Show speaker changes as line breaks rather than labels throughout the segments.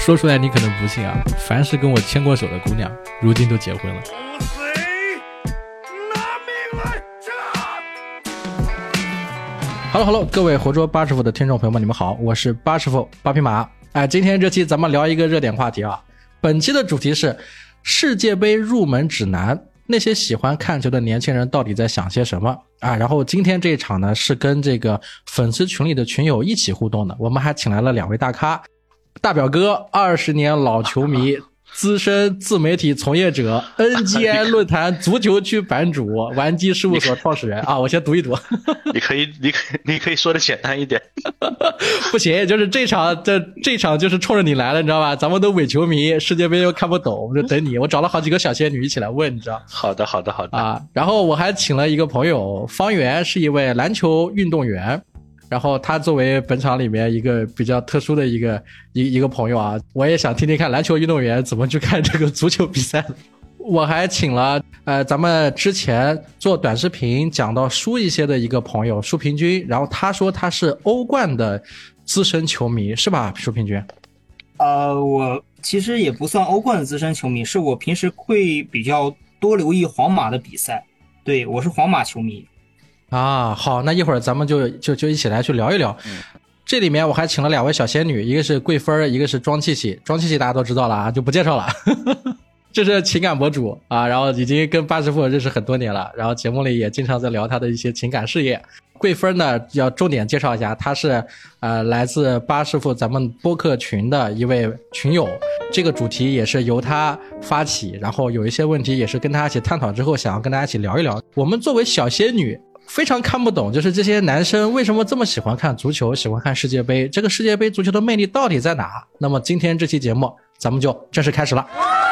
说出来你可能不信啊，凡是跟我牵过手的姑娘，如今都结婚了。Hello， 各位活捉八师傅的听众朋友们，你们好，我是八师傅八匹马。今天这期咱们聊一个热点话题啊，本期的主题是世界杯入门指南，那些喜欢看球的年轻人到底在想些什么啊？然后今天这一场呢，是跟这个粉丝群里的群友一起互动的，我们还请来了两位大咖，大表哥20年老球迷，资深自媒体从业者， NGI 论坛足球区版主，玩机事务所创始人啊！我先读一读。
你可以说的简单一点。
不行，就是这场就是冲着你来了，你知道吧？咱们都伪球迷，世界杯又看不懂，我们就等你。我找了好几个小仙女一起来问，你知道？
好的
啊。然后我还请了一个朋友，方圆是一位篮球运动员。然后他作为本场里面一个比较特殊的一个朋友啊，我也想听听看篮球运动员怎么去看这个足球比赛。我还请了咱们之前做短视频讲到输一些的一个朋友舒平君，然后他说他是欧冠的资深球迷，是吧舒平君？
我其实也不算欧冠的资深球迷，是我平时会比较多留意皇马的比赛，对，我是皇马球迷。
啊，好，那一会儿咱们就一起来去聊一聊。这里面我还请了两位小仙女，一个是桂芬，一个是庄气气。庄气气大家都知道了啊，就不介绍了。这是情感博主啊，然后已经跟八师傅认识很多年了，然后节目里也经常在聊他的一些情感事业。桂芬呢，要重点介绍一下，他是来自八师傅咱们播客群的一位群友，这个主题也是由他发起，然后有一些问题也是跟他一起探讨之后，想要跟大家一起聊一聊。我们作为小仙女非常看不懂，就是这些男生为什么这么喜欢看足球，喜欢看世界杯，这个世界杯足球的魅力到底在哪？那么今天这期节目咱们就正式开始了。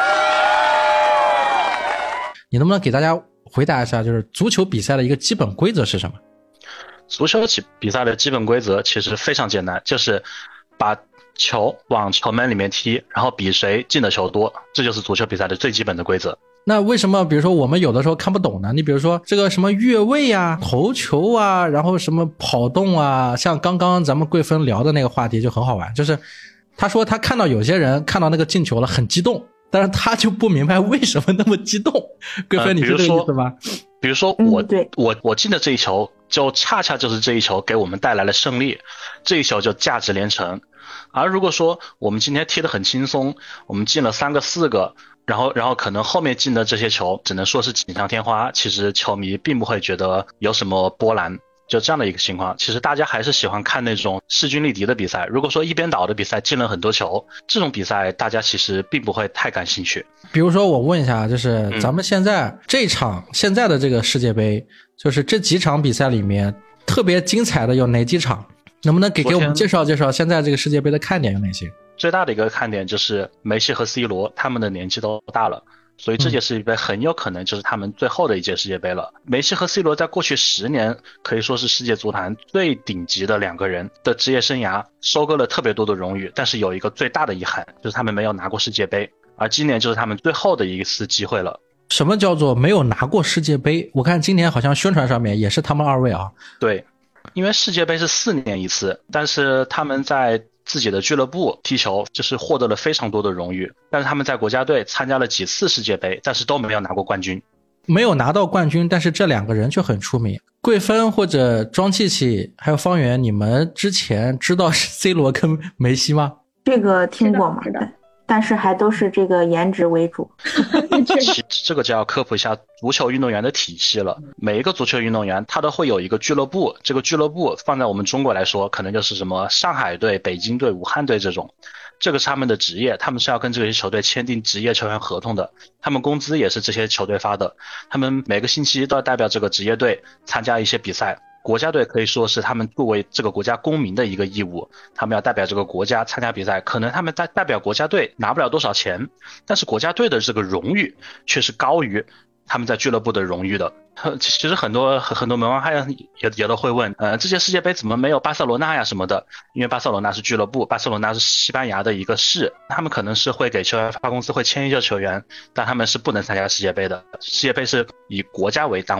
你能不能给大家回答一下，就是足球比赛的一个基本规则是什么？
足球比赛的基本规则其实非常简单，就是把球往球门里面踢，然后比谁进的球多，这就是足球比赛的最基本的规则。
那为什么比如说我们有的时候看不懂呢？你比如说这个什么越位啊，头球啊，然后什么跑动啊，像刚刚咱们桂芬聊的那个话题就很好玩，就是他说他看到有些人看到那个进球了很激动，但是他就不明白为什么那么激动。桂芬你是这个意思吗？
比如说我进的这一球就恰恰就是这一球给我们带来了胜利，这一球就价值连城。而如果说我们今天踢得很轻松，我们进了3个4个，然后可能后面进的这些球只能说是锦上添花，其实球迷并不会觉得有什么波澜，就这样的一个情况。其实大家还是喜欢看那种势均力敌的比赛，如果说一边倒的比赛进了很多球，这种比赛大家其实并不会太感兴趣。
比如说我问一下，就是咱们现在这场现在的这个世界杯，就是这几场比赛里面特别精彩的有哪几场？能不能给我们介绍介绍现在这个世界杯的看点有哪些？
最大的一个看点就是梅西和 C 罗他们的年纪都大了，所以这届世界杯很有可能就是他们最后的一届世界杯了。梅西和 C 罗在过去10年可以说是世界足坛最顶级的2个人的职业生涯，收割了特别多的荣誉，但是有一个最大的遗憾，就是他们没有拿过世界杯，而今年就是他们最后的一次机会了。
什么叫做没有拿过世界杯？我看今年好像宣传上面也是他们2位啊。
对，因为世界杯是4年一次，但是他们在自己的俱乐部踢球就是获得了非常多的荣誉，但是他们在国家队参加了几次世界杯，但是都没有拿过冠军。
没有拿到冠军，但是这2个人却很出名。桂芬或者庄气气还有方圆，你们之前知道 C 罗跟梅西吗？
这个听过吗？但是还都是这个颜值为主。
这个就要科普一下足球运动员的体系了。每一个足球运动员他都会有一个俱乐部，这个俱乐部放在我们中国来说可能就是什么上海队、北京队、武汉队这种，这个是他们的职业，他们是要跟这些球队签订职业球员合同的，他们工资也是这些球队发的，他们每个星期都要代表这个职业队参加一些比赛。国家队可以说是他们作为这个国家公民的一个义务，他们要代表这个国家参加比赛，可能他们代表国家队拿不了多少钱，但是国家队的这个荣誉却是高于他们在俱乐部的荣誉的。其实很多门外汉也都会问，这届世界杯怎么没有巴塞罗那呀什么的？因为巴塞罗那是俱乐部，巴塞罗那是西班牙的一个市，他们可能是会给球员发工资，会签一些球员，但他们是不能参加世界杯的。世界杯是以国家为单位的。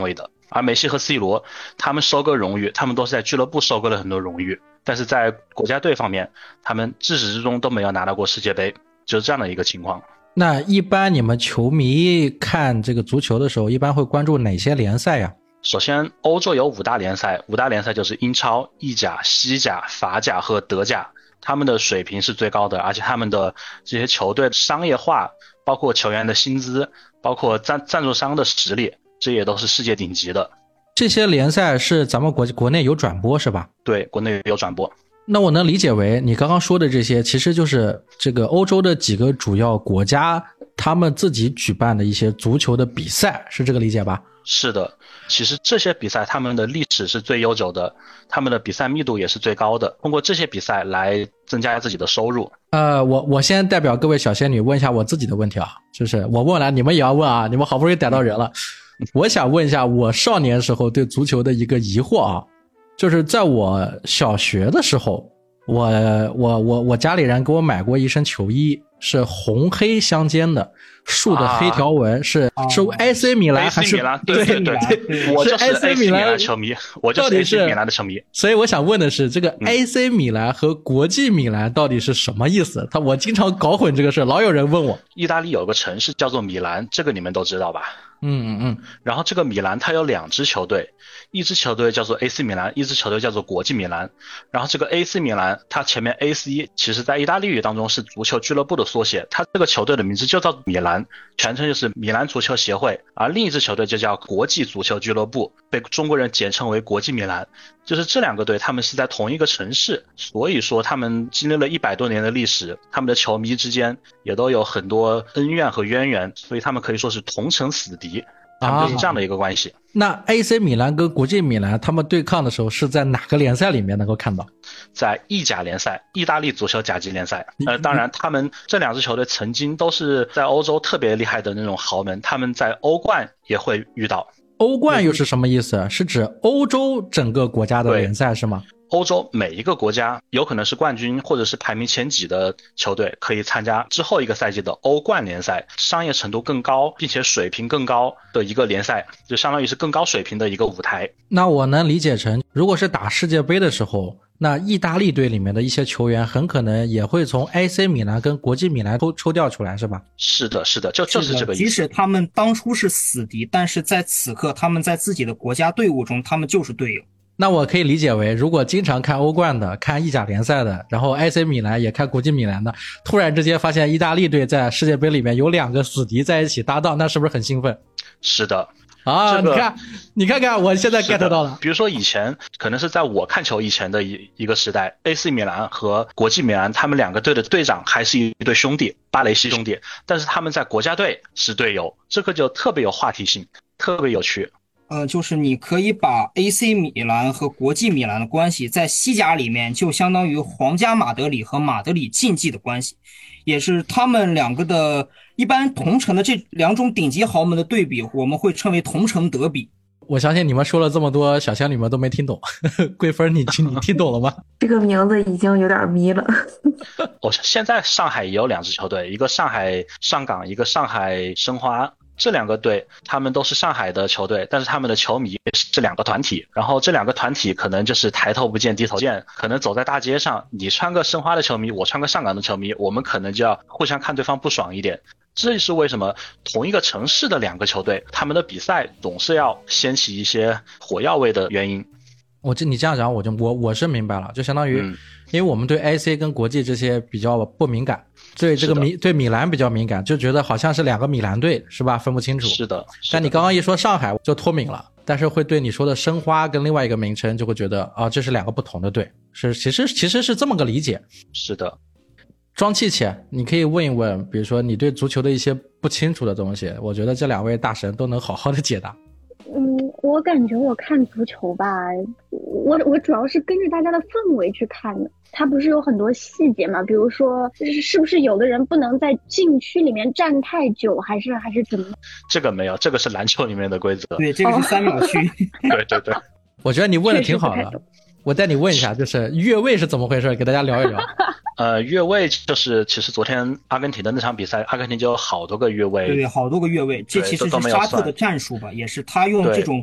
而梅西和 C 罗他们收割荣誉，他们都是在俱乐部收割了很多荣誉，但是在国家队方面，他们自始至终都没有拿到过世界杯，就是这样的一个情况。
那一般你们球迷看这个足球的时候，一般会关注哪些联赛呀？
首先，欧洲有5大联赛，5大联赛就是英超、意甲、西甲、法甲和德甲，他们的水平是最高的，而且他们的这些球队商业化，包括球员的薪资，包括赞助商的实力，这也都是世界顶级的。
这些联赛是咱们国内有转播是吧？
对，国内有转播。
那我能理解为你刚刚说的这些其实就是这个欧洲的几个主要国家他们自己举办的一些足球的比赛，是这个理解吧？
是的，其实这些比赛他们的历史是最悠久的，他们的比赛密度也是最高的，通过这些比赛来增加自己的收入。
我先代表各位小仙女问一下我自己的问题啊，就是我问了你们也要问啊，你们好不容易逮到人了。我想问一下我少年时候对足球的一个疑惑啊，就是在我小学的时候，我家里人给我买过一身球衣，是红黑相间的，竖的黑条纹，是 AC 米兰还是
AC 米兰？对，我就是 AC 米兰的球迷，我就是 AC 米兰的球迷。
所以我想问的是，这个 AC 米兰和国际米兰到底是什么意思？我经常搞混这个事，老有人问我。
意大利有个城市叫做米兰，这个你们都知道吧？然后这个米兰它有2支球队，一支球队叫做 AC 米兰，一支球队叫做国际米兰。然后这个 AC 米兰它前面 AC 其实在意大利语当中是足球俱乐部的缩写，它这个球队的名字就叫米兰，全称就是米兰足球协会。而另一支球队就叫国际足球俱乐部，被中国人简称为国际米兰。就是这2个队他们是在同一个城市，所以说他们经历了100多年的历史，他们的球迷之间也都有很多恩怨和渊源，所以他们可以说是同城死敌，他们就是这样的一个关系。
那 AC 米兰跟国际米兰他们对抗的时候是在哪个联赛里面能够看到？
在意甲联赛，意大利足球甲级联赛。当然他们这2支球队曾经都是在欧洲特别厉害的那种豪门，他们在欧冠也会遇到。
欧冠又是什么意思？是指欧洲整个国家的联赛是吗？
欧洲每一个国家有可能是冠军或者是排名前几的球队可以参加之后一个赛季的欧冠联赛，商业程度更高并且水平更高的一个联赛，就相当于是更高水平的一个舞台。
那我能理解成，如果是打世界杯的时候，那意大利队里面的一些球员很可能也会从 AC 米兰跟国际米兰抽调出来是吧？
是的，就是这个意思。
即使他们当初是死敌，但是在此刻他们在自己的国家队伍中他们就是队友。
那我可以理解为，如果经常看欧冠的，看意甲联赛的，然后 AC 米兰也看国际米兰的，突然之间发现意大利队在世界杯里面有2个死敌在一起搭档，那是不是很兴奋？
是的
啊，你看看我现在 get 到了。
比如说以前可能是在我看球以前的一个时代， AC 米兰和国际米兰他们2个队的队长还是一对兄弟，巴雷西兄弟，但是他们在国家队是队友，这个就特别有话题性，特别有趣。
就是你可以把 AC 米兰和国际米兰的关系在西甲里面就相当于皇家马德里和马德里竞技的关系，也是他们2个的一般同城的这2种顶级豪门的对比，我们会称为同城德比。
我相信你们说了这么多，小仙女们都没听懂。桂芬，你听懂了吗？
这个名字已经有点迷了。
现在上海也有2支球队，一个上海上港，一个上海申花。这2个队他们都是上海的球队，但是他们的球迷是2个团体，然后这2个团体可能就是抬头不见低头见，可能走在大街上，你穿个申花的球迷，我穿个上港的球迷，我们可能就要互相看对方不爽一点。这是为什么同一个城市的2个球队他们的比赛总是要掀起一些火药味的原因。
你这样讲我是明白了，就相当于因为我们对 AC 跟国际这些比较不敏感，对这个对米兰比较敏感，就觉得好像是2个米兰队是吧，分不清楚。
是的。
但你刚刚一说上海就脱敏了，但是会对你说的申花跟另外一个名称就会觉得这是2个不同的队，其实是这么个理解。
是的。
庄气气，你可以问一问，比如说你对足球的一些不清楚的东西，我觉得这2位大神都能好好的解答。
我感觉我看足球吧，我主要是跟着大家的氛围去看的。它不是有很多细节嘛？比如说，是不是有的人不能在禁区里面站太久，还是怎么？
这个没有，这个是篮球里面的规则。
对，这个是3秒区。
对。
我觉得你问的挺好的，我带你问一下，就是越位是怎么回事，给大家聊一聊。
越位就是其实昨天阿根廷的那场比赛，阿根廷就有好多个越位。
对，好多个越位，这其实是沙特的战术吧，也是他用这种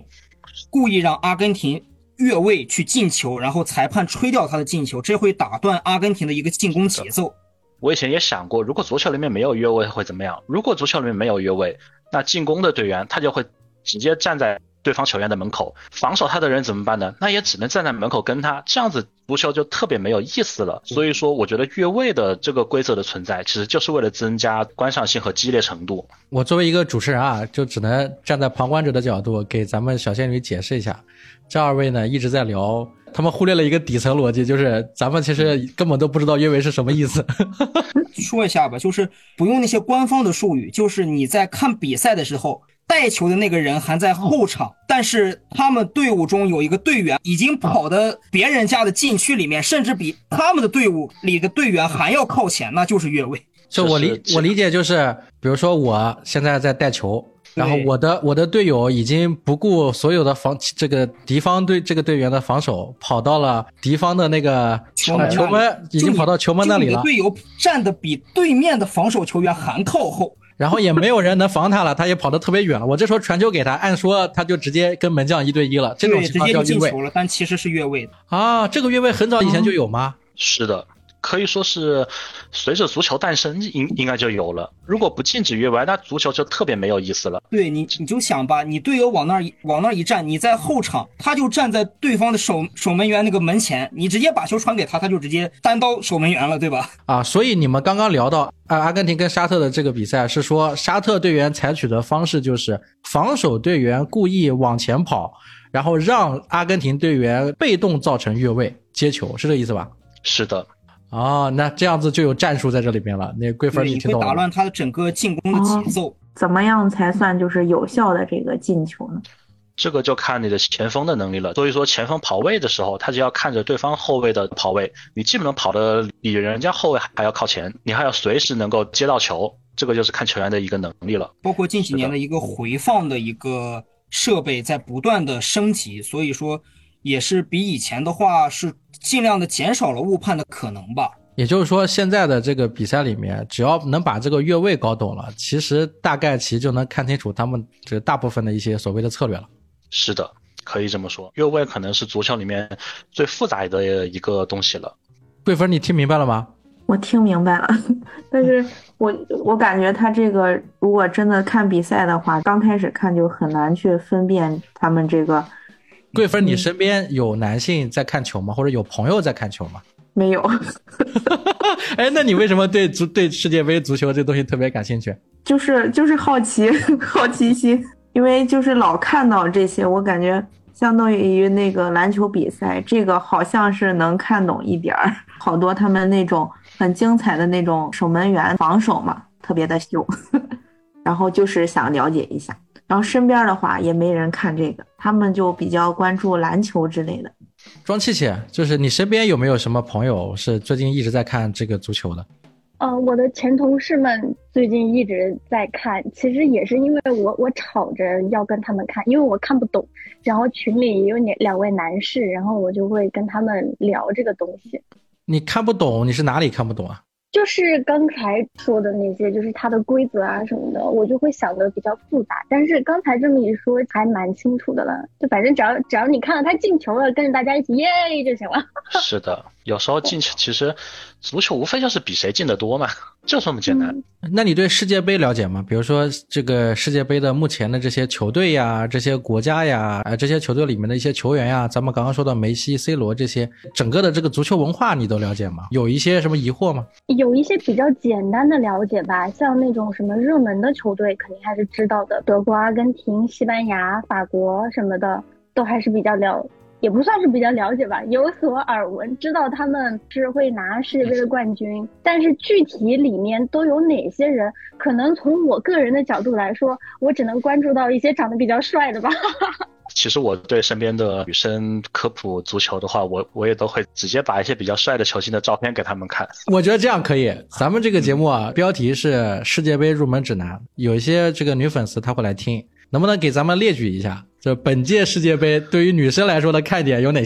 故意让阿根廷越位去进球，然后裁判吹掉他的进球，这会打断阿根廷的一个进攻节奏。
我以前也想过，如果足球里面没有越位会怎么样？如果足球里面没有越位，那进攻的队员他就会直接站在对方球员的门口，防守他的人怎么办呢？那也只能站在门口跟他，这样子足球就特别没有意思了。所以说我觉得越位的这个规则的存在其实就是为了增加观赏性和激烈程度。
我作为一个主持人啊，就只能站在旁观者的角度给咱们小仙女解释一下。这二位呢一直在聊，他们忽略了一个底层逻辑，就是咱们其实根本都不知道越位是什么意思。
说一下吧，就是不用那些官方的术语，就是你在看比赛的时候，带球的那个人还在后场，但是他们队伍中有一个队员已经跑到别人家的禁区里面，甚至比他们的队伍里的队员还要靠前，那就是越位。
就我理解就是，比如说我现在在带球，然后我的队友已经不顾所有的这个敌方队这个队员的防守，跑到了敌方的那个球门，已经跑到球门那里了。
你的队友站得比对面的防守球员还靠后，
然后也没有人能防他了，他也跑得特别远了。我这时候传球给他，按说他就直接跟门将1对1了，这种情况叫越位。
直接就进球了，但其实是越位的
啊。这个越位很早以前就有吗？
是的。可以说是随着足球诞生应该就有了。如果不禁止越位，那足球就特别没有意思了。
对，你就想吧，你队友往那儿一站，你在后场，他就站在对方的守门员那个门前，你直接把球传给他，他就直接单刀守门员了，对吧？
啊，所以你们刚刚聊到阿根廷跟沙特的这个比赛，是说沙特队员采取的方式就是防守队员故意往前跑，然后让阿根廷队员被动造成越位接球，是这意思吧？
是的。
哦，那这样子就有战术在这里面了。那桂芬你听懂了？
会打乱他的整个进攻的节奏。
怎么样才算就是有效的这个进球呢？
这个就看你的前锋的能力了。所以说前锋跑位的时候，他就要看着对方后卫的跑位，你既不能跑得比人家后卫还要靠前，你还要随时能够接到球，这个就是看球员的一个能力了。
包括近几年的一个回放的一个设备在不断的升级，所以说也是比以前的话是尽量的减少了误判的可能吧。
也就是说现在的这个比赛里面，只要能把这个越位搞懂了，其实大概其就能看清楚他们这大部分的一些所谓的策略了。
是的，可以这么说，越位可能是足球里面最复杂的一个东西了。
桂芬你听明白了吗？
我听明白了，但是我感觉他这个如果真的看比赛的话，刚开始看就很难去分辨他们这个。
桂芬，你身边有男性在看球吗？或者有朋友在看球吗？
没有。
哎，那你为什么对世界杯足球这东西特别感兴趣？
就是好奇心，因为就是老看到这些，我感觉相当于那个篮球比赛，这个好像是能看懂一点儿，好多他们那种很精彩的那种守门员防守嘛，特别的秀，然后就是想了解一下。然后身边的话也没人看这个，他们就比较关注篮球之类的。
庄气气，就是你身边有没有什么朋友是最近一直在看这个足球的？
我的前同事们最近一直在看，其实也是因为我吵着要跟他们看，因为我看不懂，然后群里有两位男士，然后我就会跟他们聊这个东西。你
看不懂，你是哪里看不懂啊？
就是刚才说的那些，就是它的规则啊什么的，我就会想的比较复杂。但是刚才这么一说，还蛮清楚的了。就反正只要你看到他进球了，跟着大家一起耶就行了。是的，有时候进球，其实足球无非就是比谁进得多嘛，就这么简单。
那你对世界杯了解吗？比如说这个世界杯的目前的这些球队呀，这些国家呀，这些球队里面的一些球员呀，咱们刚刚说到梅西、C 罗这些，整个的这个足球文化你都了解吗？有一些什么疑惑吗？
有一些比较简单的了解吧，像那种什么热门的球队肯定还是知道的，德国、阿根廷、西班牙、法国什么的都还是比较也不算是比较了解吧，有所耳闻，知道他们是会拿世界杯的冠军，但是具体里面都有哪些人，可能从我个人的角度来说，我只能关注到一些长得比较帅的吧。
其实我对身边的女生科普足球的话，我也都会直接把一些比较帅的球星的照片给他们看。
我觉得这样可以，咱们这个节目啊，标题是世界杯入门指南，有一些这个女粉丝她会来听，能不能给咱们列举一下，这本届世界杯对于女生来说的看点有哪些？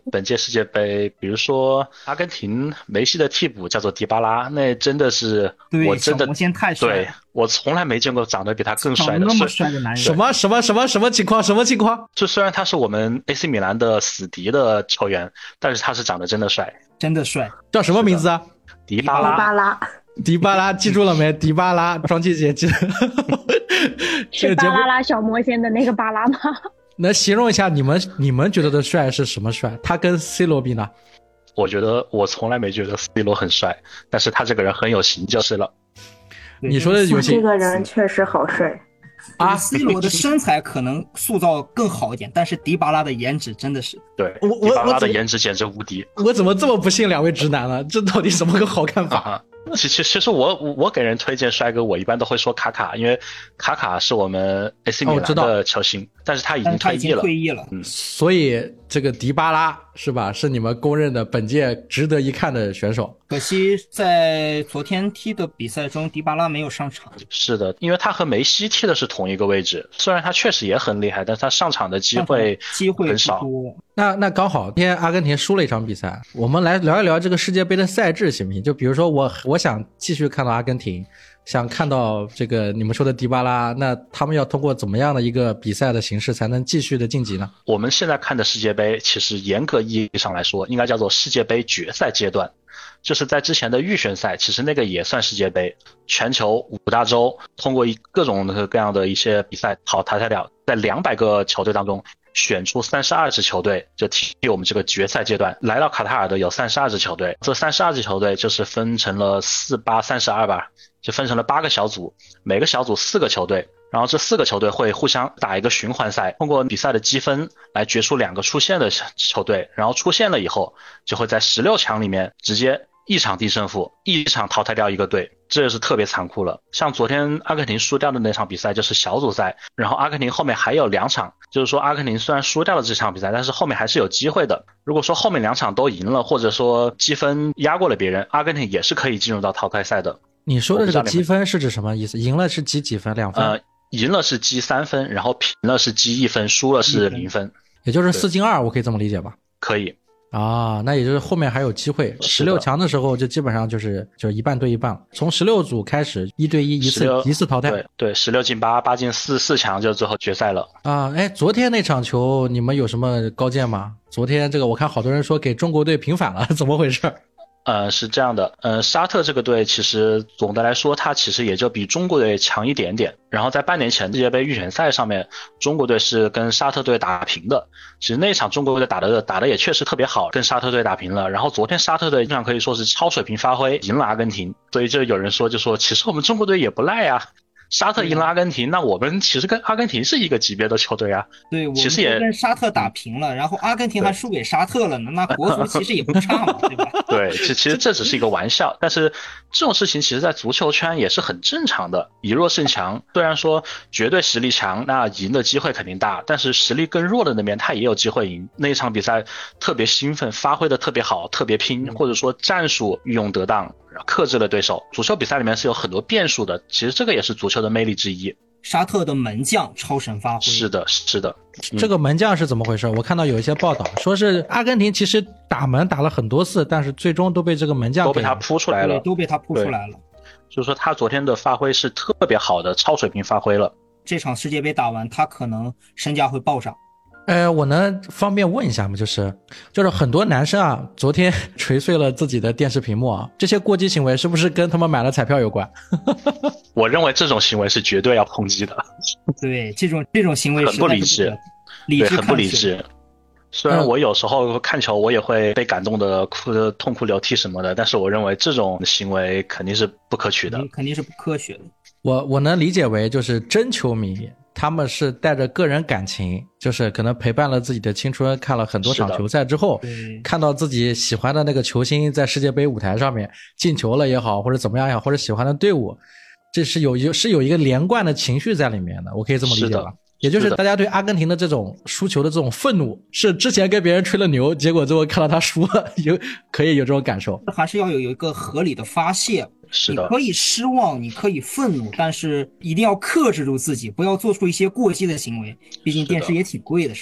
本届世界杯，比如说阿根廷梅西的替补叫做迪巴拉，那真的是
对，
我真的
小魔仙太帅
对
了，
我从来没见过长得比他更
长
帅的。
得那么帅的男人，
什么情况？什么情况？
就虽然他是我们 AC 米兰的死敌的球员，但是他是长得真的帅。
真的帅。
叫什么名字啊？
迪巴
迪巴
拉，
拉，
迪巴拉，记住了没？迪巴拉，庄琪姐记得。这
是巴
个节目
啦啦小魔仙的那个巴拉吗？
能形容一下你们觉得的帅是什么帅？他跟 C 罗比呢？
我觉得我从来没觉得 C 罗很帅，但是他这个人很有型就是了。
对
你说的有些
这个人确实好帅。
啊
，C 罗的身材可能塑造更好一点，但是迪巴拉的颜值真的是，
对，
我
迪巴拉的
怎么
颜值简直无敌。
我怎么这么不信两位直男呢？这到底什么个好看法？
啊，其实我给人推荐帅哥，我一般都会说卡卡，因为卡卡是我们 AC 米兰的球星，但是他已经
但是他已经
退役了。
退役了。
所以这个迪巴拉是吧？是你们公认的本届值得一看的选手。
可惜在昨天踢的比赛中，迪巴拉没有上场。
是的，因为他和梅西踢的是同一个位置，虽然他确实也很厉害，但是他上场的机会很少。
不多。
那刚好，今天阿根廷输了一场比赛，我们来聊一聊这个世界杯的赛制行不行？就比如说我想继续看到阿根廷，想看到这个你们说的迪巴拉，那他们要通过怎么样的一个比赛的形式才能继续的晋级呢？
我们现在看的世界杯，其实严格意义上来说，应该叫做世界杯决赛阶段。就是在之前的预选赛，其实那个也算世界杯，全球5大洲通过各种各样的一些比赛淘汰掉，在200个球队当中选出32支球队，就踢我们这个决赛阶段。来到卡塔尔的有32支球队，这32支球队就是分成了4832吧，就分成了8个小组，每个小组4个球队。然后这4个球队会互相打一个循环赛，通过比赛的积分来决出2个出线的球队，然后出线了以后，就会在16强里面直接一场定胜负，一场淘汰掉一个队，这也是特别残酷了。像昨天阿根廷输掉的那场比赛就是小组赛，然后阿根廷后面还有2场，就是说阿根廷虽然输掉了这场比赛，但是后面还是有机会的。如果说后面2场都赢了，或者说积分压过了别人，阿根廷也是可以进入到淘汰赛的。
你说的这个积分是指什么意思？赢了是积几分？2分？
赢了是积3分，然后平了是积1分，输了是0分，
也就是4进2，我可以这么理解吧？
可以
啊，那也就是后面还有机会。16强的时候就基本上就是一半对一半了。从16组开始1对1，一次淘汰。
对，16进8， 8进4， 4强就最后决赛了。
啊，哎，昨天那场球你们有什么高见吗？昨天这个我看好多人说给中国队平反了，怎么回事？
是这样的，沙特这个队其实总的来说，它其实也就比中国队强一点点。然后在半年前世界杯预选赛上面，中国队是跟沙特队打平的。其实那场中国队打的也确实特别好，跟沙特队打平了。然后昨天沙特队基本上可以说是超水平发挥，赢了阿根廷。所以就有人说，其实我们中国队也不赖啊。沙特赢了阿根廷，那我们其实跟阿根廷是一个级别的球队啊。
对，我们
其实也
跟沙特打平了，然后阿根廷还输给沙特了呢，那国足其实也不差嘛，对吧？
对，其实这只是一个玩笑，但是这种事情其实在足球圈也是很正常的，以弱胜强。虽然说绝对实力强，那赢的机会肯定大，但是实力更弱的那边他也有机会赢。那一场比赛特别兴奋，发挥的特别好，特别拼，或者说战术运用得当，克制了对手。足球比赛里面是有很多变数的，其实这个也是足球的魅力之一。
沙特的门将超神发挥。
是的。
这个门将是怎么回事？我看到有一些报道说是阿根廷其实打门打了很多次，但是最终都被这个门将
都被他扑出来了。
都被他扑出来了。
就是说他昨天的发挥是特别好的，超水平发挥了。
这场世界杯打完，他可能身价会暴涨。
我能方便问一下吗？就是很多男生啊，昨天捶碎了自己的电视屏幕啊，这些过激行为是不是跟他们买了彩票有关？
我认为这种行为是绝对要抨击的。
对，这种行为
很不理智，对，很不理智。虽然我有时候看球我也会被感动的痛哭流涕什么的，但是我认为这种行为肯定是不可取的，
肯定是不科学的。
我能理解为就是真球迷，他们是带着个人感情，就是可能陪伴了自己的青春，看了很多场球赛之后，看到自己喜欢的那个球星在世界杯舞台上面进球了也好，或者怎么样也好，或者喜欢的队伍，这是有一个连贯的情绪在里面的，我可以这么理解吧？也就是大家对阿根廷的这种输球的这种愤怒，是之前跟别人吹了牛，结果最后看到他输了，可以有这种感受。
还是要有一个合理的发泄。
是的，
你可以失望，你可以愤怒，但是一定要克制住自己，不要做出一些过激的行为。毕竟电视也挺贵的，是吧？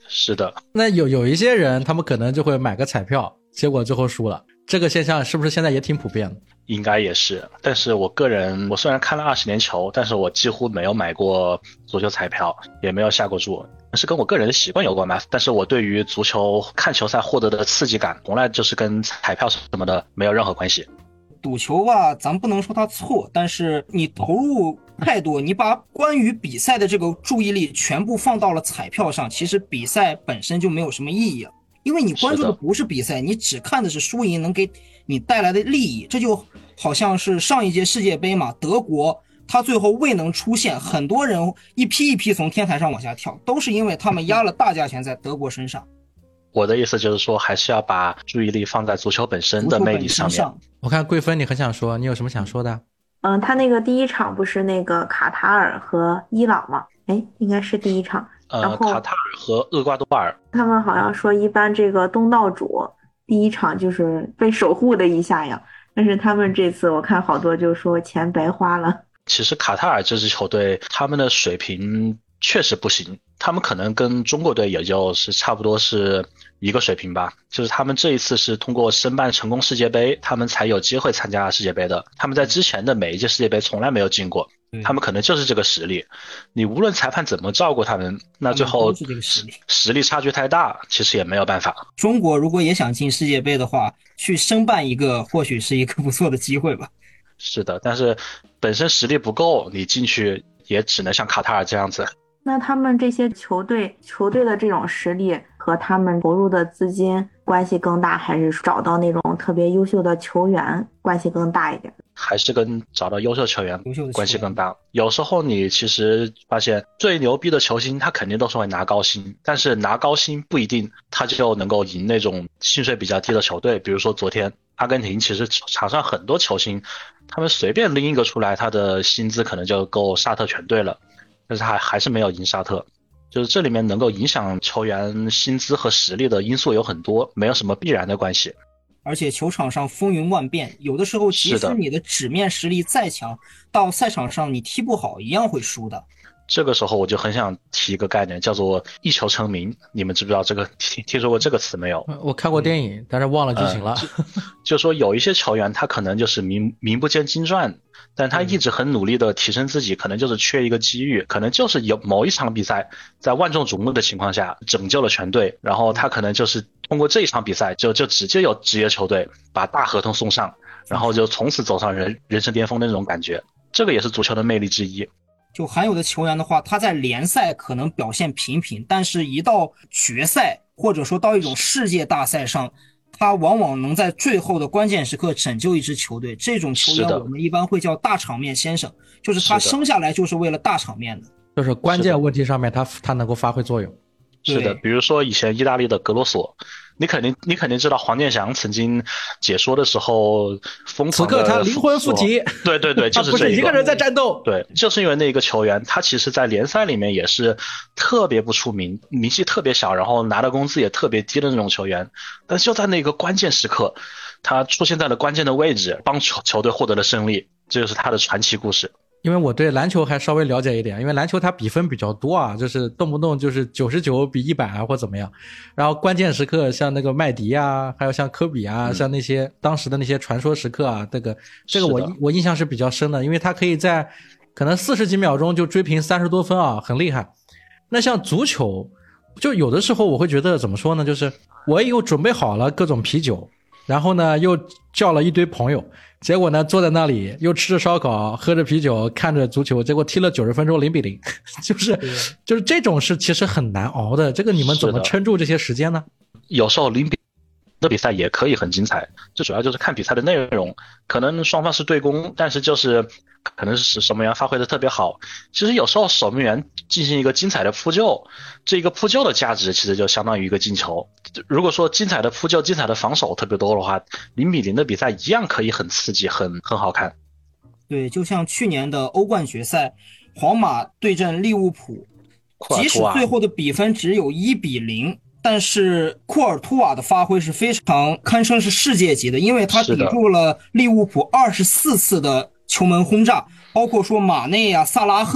是的，
那有一些人，他们可能就会买个彩票，结果最后输了。这个现象是不是现在也挺普遍的？
应该也是。但是我个人，我虽然看了20年球，但是我几乎没有买过足球彩票，也没有下过注，是跟我个人的习惯有关吧。但是我对于足球看球赛获得的刺激感，从来就是跟彩票什么的没有任何关系。
赌球吧，咱不能说它错，但是你投入太多，你把关于比赛的这个注意力全部放到了彩票上，其实比赛本身就没有什么意义了。因为你关注的不是比赛，你只看的是输赢能给你带来的利益。这就好像是上一届世界杯嘛，德国他最后未能出现，很多人一批一批从天台上往下跳，都是因为他们压了大价钱在德国身上。
我的意思就是说，还是要把注意力放在足球本身的魅力上面。
我看桂芬你很想说，你有什么想说的？
他那个第一场不是那个卡塔尔和伊朗吗？应该是第一场。然后
卡塔尔和厄瓜多尔，
他们好像说一般这个东道主第一场就是被守护的一下呀，但是他们这次我看好多就说钱白花了。
其实卡塔尔这支球队他们的水平确实不行，他们可能跟中国队也就是差不多是一个水平吧，就是他们这一次是通过申办成功世界杯，他们才有机会参加世界杯的，他们在之前的每一届世界杯从来没有进过，他们可能就是这个实力，你无论裁判怎么照顾他们，那最后实力差距太大，其实也没有办法。
中国如果也想进世界杯的话，去申办一个或许是一个不错的机会吧。
是的，但是本身实力不够，你进去也只能像卡塔尔这样子。
那他们这些球队的这种实力和他们投入的资金关系更大，还是找到那种特别优秀的球员关系更大一点？
还是跟找到优秀球员关系更大。有时候你其实发现最牛逼的球星他肯定都是会拿高薪，但是拿高薪不一定他就能够赢那种薪水比较低的球队。比如说昨天阿根廷，其实场上很多球星他们随便拎一个出来，他的薪资可能就够沙特全队了，但是还是没有赢沙特。就是这里面能够影响球员薪资和实力的因素有很多，没有什么必然的关系。
而且球场上风云万变，有的时候即使你的纸面实力再强，到赛场上你踢不好一样会输的。
这个时候我就很想提一个概念，叫做一球成名。你们知不知道这个听说过这个词没有？
我看过电影，但是忘了剧情了。
就说有一些球员他可能就是名不见经传，但他一直很努力的提升自己，可能就是缺一个机遇，可能就是有某一场比赛在万众瞩目的情况下拯救了全队，然后他可能就是通过这一场比赛就直接有职业球队把大合同送上，然后就从此走上人生巅峰的那种感觉。这个也是足球的魅力之一。
就还有的球员的话，他在联赛可能表现平平，但是一到决赛或者说到一种世界大赛上，他往往能在最后的关键时刻拯救一支球队。这种球员我们一般会叫大场面先生，就是他生下来就是为了大场面的，
就是关键问题上面他能够发挥作用。
是的，比如说以前意大利的格罗索，你肯定知道黄健翔曾经解说的时候疯狂的，
此刻他灵魂附体，
对，就是这
不是一个人在战斗，
对，就是因为那个球员他其实在联赛里面也是特别不出名，名气特别小，然后拿的工资也特别低的那种球员，但就在那个关键时刻他出现在了关键的位置，帮球队获得了胜利，这就是他的传奇故事。
因为我对篮球还稍微了解一点，因为篮球它比分比较多啊，就是动不动就是99比100啊或怎么样，然后关键时刻像那个麦迪啊，还有像科比啊，像那些当时的那些传说时刻啊，这个我印象是比较深的，因为他可以在可能40几秒钟就追平30多分啊，很厉害。那像足球就有的时候我会觉得怎么说呢，就是我又准备好了各种啤酒，然后呢又叫了一堆朋友，结果呢坐在那里又吃着烧烤喝着啤酒看着足球，结果踢了90分钟0比0，就是这种是其实很难熬的，这个你们怎么撑住这些时间呢？
有时候0比0的比赛也可以很精彩，这主要就是看比赛的内容，可能双方是对攻，但是就是可能是守门员发挥的特别好，其实有时候守门员进行一个精彩的扑救，这个扑救的价值其实就相当于一个进球。如果说精彩的扑救精彩的防守特别多的话，0比0的比赛一样可以很刺激很好看。
对，就像去年的欧冠决赛皇马对阵利物浦，即使最后的比分只有1比0，但是库尔图瓦的发挥是非常堪称是世界级的，因为他抵住了利物浦24次的球门轰炸，包括说马内啊、萨拉赫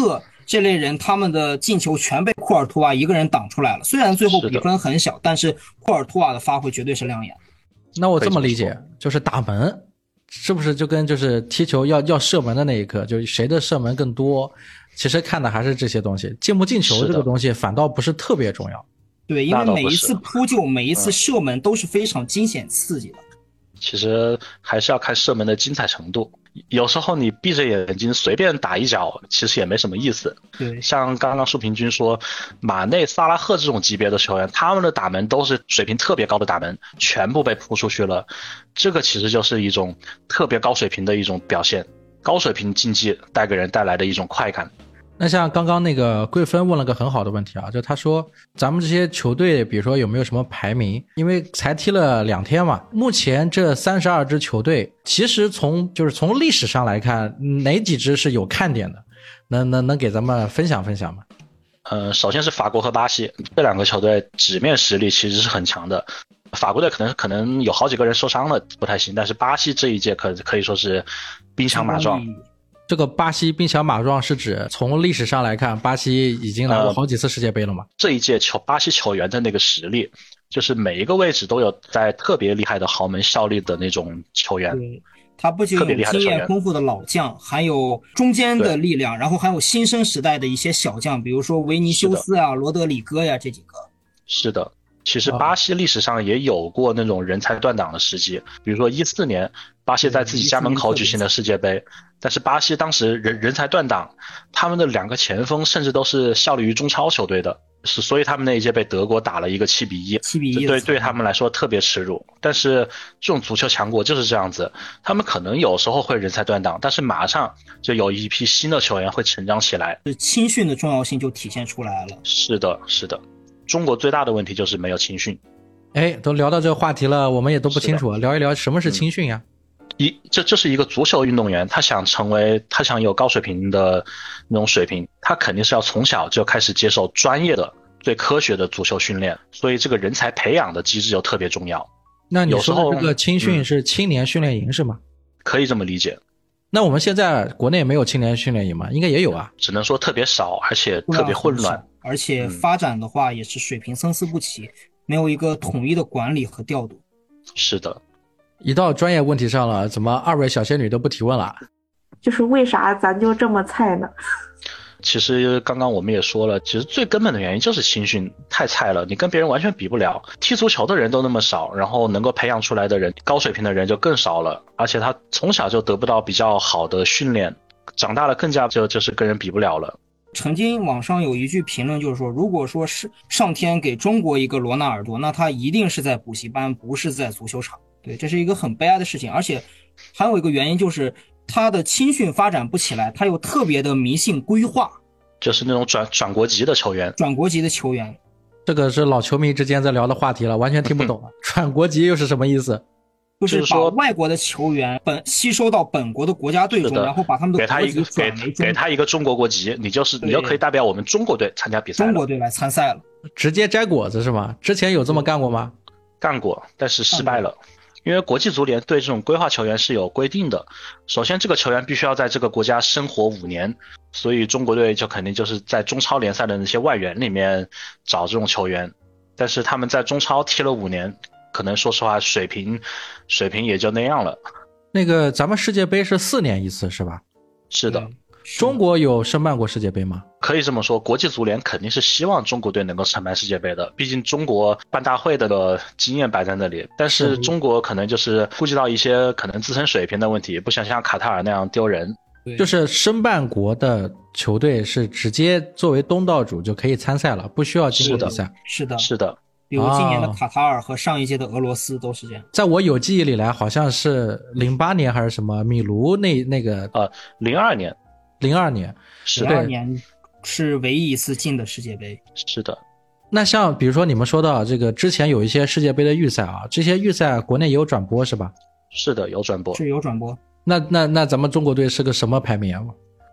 这类人他们的进球全被库尔图瓦一个人挡出来了。虽然最后比分很小，但是库尔图瓦的发挥绝对是亮眼。
那我这么理解，就是打门是不是就跟就是踢球要射门的那一刻，就是谁的射门更多，其实看的还是这些东西，进不进球这个东西反倒不是特别重要。
对，因为每一次扑救每一次射门都是非常惊险刺激的。
其实还是要看射门的精彩程度，有时候你闭着眼睛随便打一脚其实也没什么意思。
对，
像刚刚树平君说马内萨拉赫这种级别的球员，他们的打门都是水平特别高的打门，全部被扑出去了，这个其实就是一种特别高水平的一种表现，高水平竞技给人带来的一种快感。
那像刚刚那个桂芬问了个很好的问题啊，就他说咱们这些球队比如说有没有什么排名，因为才踢了2天嘛，目前这32支球队其实从历史上来看哪几支是有看点的，能给咱们分享分享吗？
首先是法国和巴西，这两个球队纸面实力其实是很强的，法国队可能有好几个人受伤了不太行，但是巴西这一届可以说是兵强马壮。
这个巴西兵强马壮是指从历史上来看巴西已经拿过好几次世界杯了吗？
这一届巴西球员的那个实力，就是每一个位置都有在特别厉害的豪门效力的那种球员。
对，他不仅有经验丰富的老将，还有中间的力量，然后还有新生时代的一些小将，比如说维尼修斯啊、罗德里戈呀这几个。
是的，其实巴西历史上也有过那种人才断档的时期，比如说14年巴西在自己家门口举行的世界杯，但是巴西当时人才断档，他们的2个前锋甚至都是效力于中超球队的，所以他们那一届被德国打了一个7-1，对他们来说特别耻辱。但是这种足球强国就是这样子，他们可能有时候会人才断档，但是马上就有一批新的球员会成长起来，
青训的重要性就体现出来了。
是的，中国最大的问题就是没有青训。
都聊到这个话题了，我们也都不清楚，聊一聊什么是青训呀？
这是一个足球运动员，他想有高水平的那种水平，他肯定是要从小就开始接受专业的最科学的足球训练，所以这个人才培养的机制就特别重要。
那你说的这个青训是青年训练营是吗？
可以这么理解。
那我们现在国内没有青年训练营吗？应该也有啊，
只能说特别少，而且特别混乱，
而且发展的话也是水平参差不齐，没有一个统一的管理和调度。
是的。
一到专业问题上了，怎么2位小仙女都不提问了？
就是为啥咱就这么菜呢？
其实刚刚我们也说了，其实最根本的原因就是青训太菜了，你跟别人完全比不了，踢足球的人都那么少，然后能够培养出来的人高水平的人就更少了，而且他从小就得不到比较好的训练，长大了更加就是跟人比不了了。
曾经网上有一句评论就是说，如果说是上天给中国一个罗纳尔多，那他一定是在补习班，不是在足球场。对，这是一个很悲哀的事情，而且还有一个原因就是他的青训发展不起来，他又特别的迷信规划，
就是那种转国籍的球员。
这个是老球迷之间在聊的话题了，完全听不懂了。转国籍又是什么意思？
就是把外国的球员吸收到本国的国家队中，然后把他们的国籍转为
给他一个中国国籍，你就可以代表我们中国队参加比赛了，
中国队来参赛了，
直接摘果子是吗？之前有这么干过吗？
干过，但是失败了。因为国际足联对这种规划球员是有规定的，首先这个球员必须要在这个国家生活5年，所以中国队就肯定就是在中超联赛的那些外援里面找这种球员，但是他们在中超踢了5年，可能说实话水平也就那样了。
那个咱们世界杯是4年一次是吧？
是的。
中国有申办过世界杯吗？
可以这么说，国际足联肯定是希望中国队能够申办世界杯的，毕竟中国办大会的经验摆在那里，但是中国可能就是顾及到一些可能自身水平的问题，不想像卡塔尔那样丢人。
就是申办国的球队是直接作为东道主就可以参赛了，不需要经过比赛。
是的，比如今年的卡塔尔和上一届的俄罗斯都是这样。
在我有记忆里来，好像是08年还是什么米卢那个
02年
，02年
，02年是唯一一次进的世界杯。
是的。
那像比如说你们说到这个之前有一些世界杯的预赛啊，这些预赛国内也有转播是吧？
是的，有转播。
是有转播。
那咱们中国队是个什么排名啊？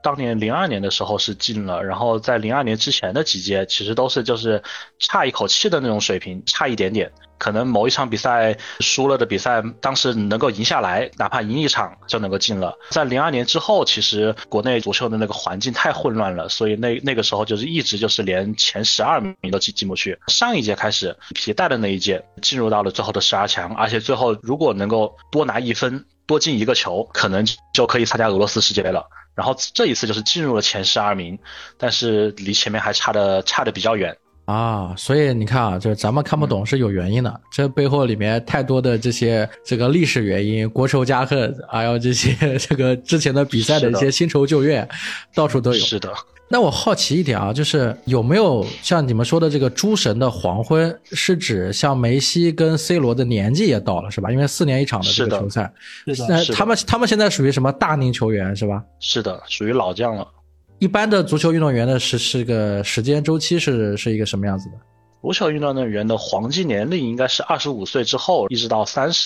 当年02年的时候是进了，然后在02年之前的几届其实都是就是差一口气的那种水平，差一点点。可能某一场比赛输了的比赛，当时能够赢下来，哪怕赢一场就能够进了。在02年之后，其实国内足球的那个环境太混乱了，所以那个时候就是一直就是连前12名都进不去。上一届开始，皮带的那一届进入到了最后的12强，而且最后如果能够多拿1分，多进1个球，可能就可以参加俄罗斯世界杯了。然后这一次就是进入了前12名，但是离前面还差的比较远。
啊，所以你看啊，就是咱们看不懂是有原因的，这背后里面太多的这个历史原因，国仇家恨，还有这些这个之前的比赛的一些新仇旧怨，到处都有。
是的。
那我好奇一点啊，就是有没有像你们说的这个诸神的黄昏，是指像梅西跟 C 罗的年纪也到了是吧？因为4年1场的这个球赛，那他们现在属于什么大龄球员是吧？
是的，属于老将了。
一般的足球运动员的是个时间周期是一个什么样子的？
足球运动员的黄金年龄应该是25岁之后一直到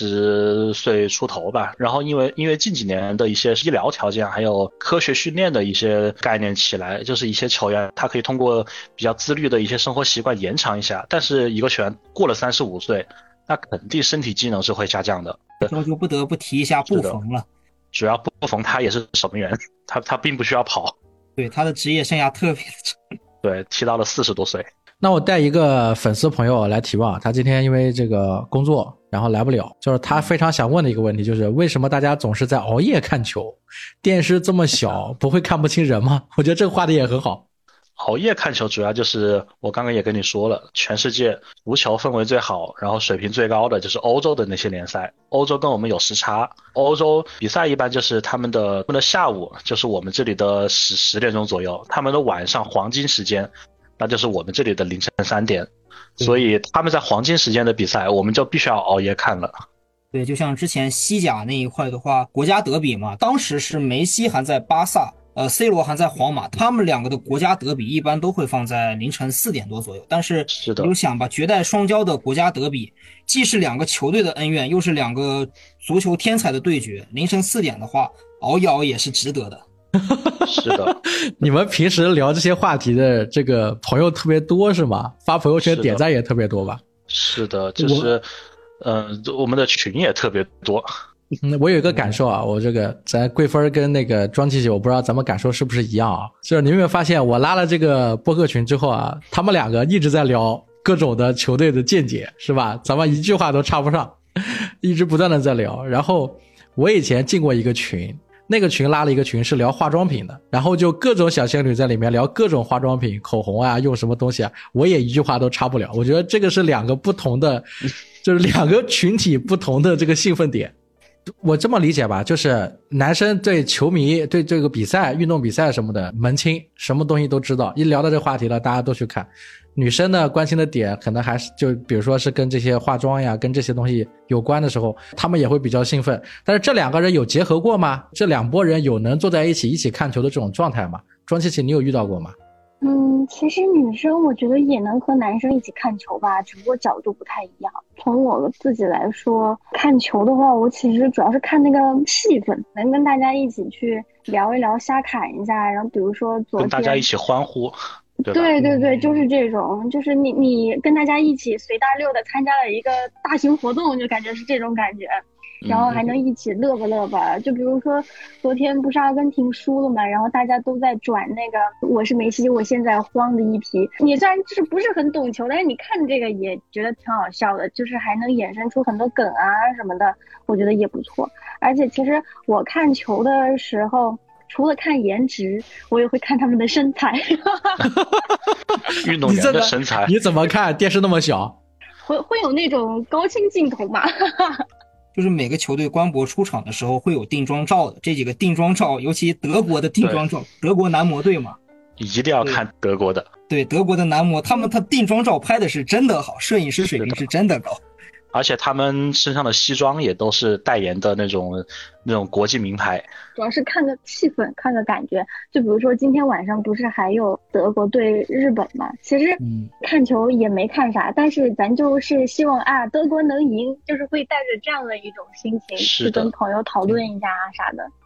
30岁出头吧。然后因为近几年的一些医疗条件还有科学训练的一些概念起来，就是一些球员他可以通过比较自律的一些生活习惯延长一下，但是一个球员过了35岁，那肯定身体机能是会下降的。
这就不得不提一下布冯了。
主要布冯他也是守门员，他并不需要跑。
对，他的职业生涯特别的长。
对，踢到了40多岁。
那我带一个粉丝朋友来提问，他今天因为这个工作然后来不了，就是他非常想问的一个问题，就是为什么大家总是在熬夜看球？电视这么小，不会看不清人吗？我觉得这个话题也很好。
熬夜看球主要就是我刚刚也跟你说了，全世界足球氛围最好然后水平最高的就是欧洲的那些联赛。欧洲跟我们有时差，欧洲比赛一般就是他们的下午，就是我们这里的10点钟左右，他们的晚上黄金时间那就是我们这里的凌晨3点，所以他们在黄金时间的比赛我们就必须要熬夜看了。
对，就像之前西甲那一块的话，国家德比嘛，当时是梅西还在巴萨，C 罗还在皇马，他们两个的国家德比一般都会放在凌晨4点多左右。但是你就想吧，绝代双骄的国家德比，既是两个球队的恩怨，又是两个足球天才的对决，凌晨4点的话，熬一熬也是值得的。
是的。
你们平时聊这些话题的这个朋友特别多是吗？发朋友圈点赞也特别多吧？
是的，就是我们的群也特别多。
我有一个感受啊，我这个咱桂芬跟那个庄琪琪，我不知道咱们感受是不是一样啊？就是你有没有发现，我拉了这个播客群之后啊，他们两个一直在聊各种的球队的见解，是吧？咱们一句话都插不上，一直不断的在聊。然后我以前进过一个群，那个群拉了一个群是聊化妆品的，然后就各种小仙女在里面聊各种化妆品，口红啊，用什么东西啊，我也一句话都插不了。我觉得这个是两个不同的，就是两个群体不同的这个兴奋点。我这么理解吧，就是男生对球迷对这个比赛运动比赛什么的门清，什么东西都知道，一聊到这话题了大家都去看。女生呢关心的点可能还是就比如说是跟这些化妆呀跟这些东西有关的时候，他们也会比较兴奋。但是这两个人有结合过吗？这两拨人有能坐在一起看球的这种状态吗？庄琪琪你有遇到过吗？
其实女生我觉得也能和男生一起看球吧，只不过角度不太一样。从我自己来说，看球的话，我其实主要是看那个气氛，能跟大家一起去聊一聊，瞎侃一下。然后比如说昨天
跟大家一起欢呼，对吧？
对对对，就是这种，就是你跟大家一起随大溜的参加了一个大型活动，就感觉是这种感觉。然后还能一起乐吧乐吧，就比如说昨天不是阿根廷输了嘛，然后大家都在转那个我是梅西我现在慌的一批。你虽然就是不是很懂球，但是你看这个也觉得挺好笑的，就是还能衍生出很多梗啊什么的，我觉得也不错。而且其实我看球的时候除了看颜值，我也会看他们的身材。
运动员的身材
你怎么看？电视那么小，
会有那种高清镜头嘛？
就是每个球队官博出场的时候会有定妆照的，这几个定妆照，尤其德国的定妆照，德国男模队嘛，
一定要看德国的。
对，德国的男模，他定妆照拍的是真的好，摄影师水平是真的高。
而且他们身上的西装也都是代言的那种国际名牌。
主要是看个气氛，看个感觉。就比如说今天晚上不是还有德国对日本嘛？其实看球也没看啥，但是咱就是希望啊德国能赢，就是会带着这样的一种心情去跟朋友讨论一下啊啥的。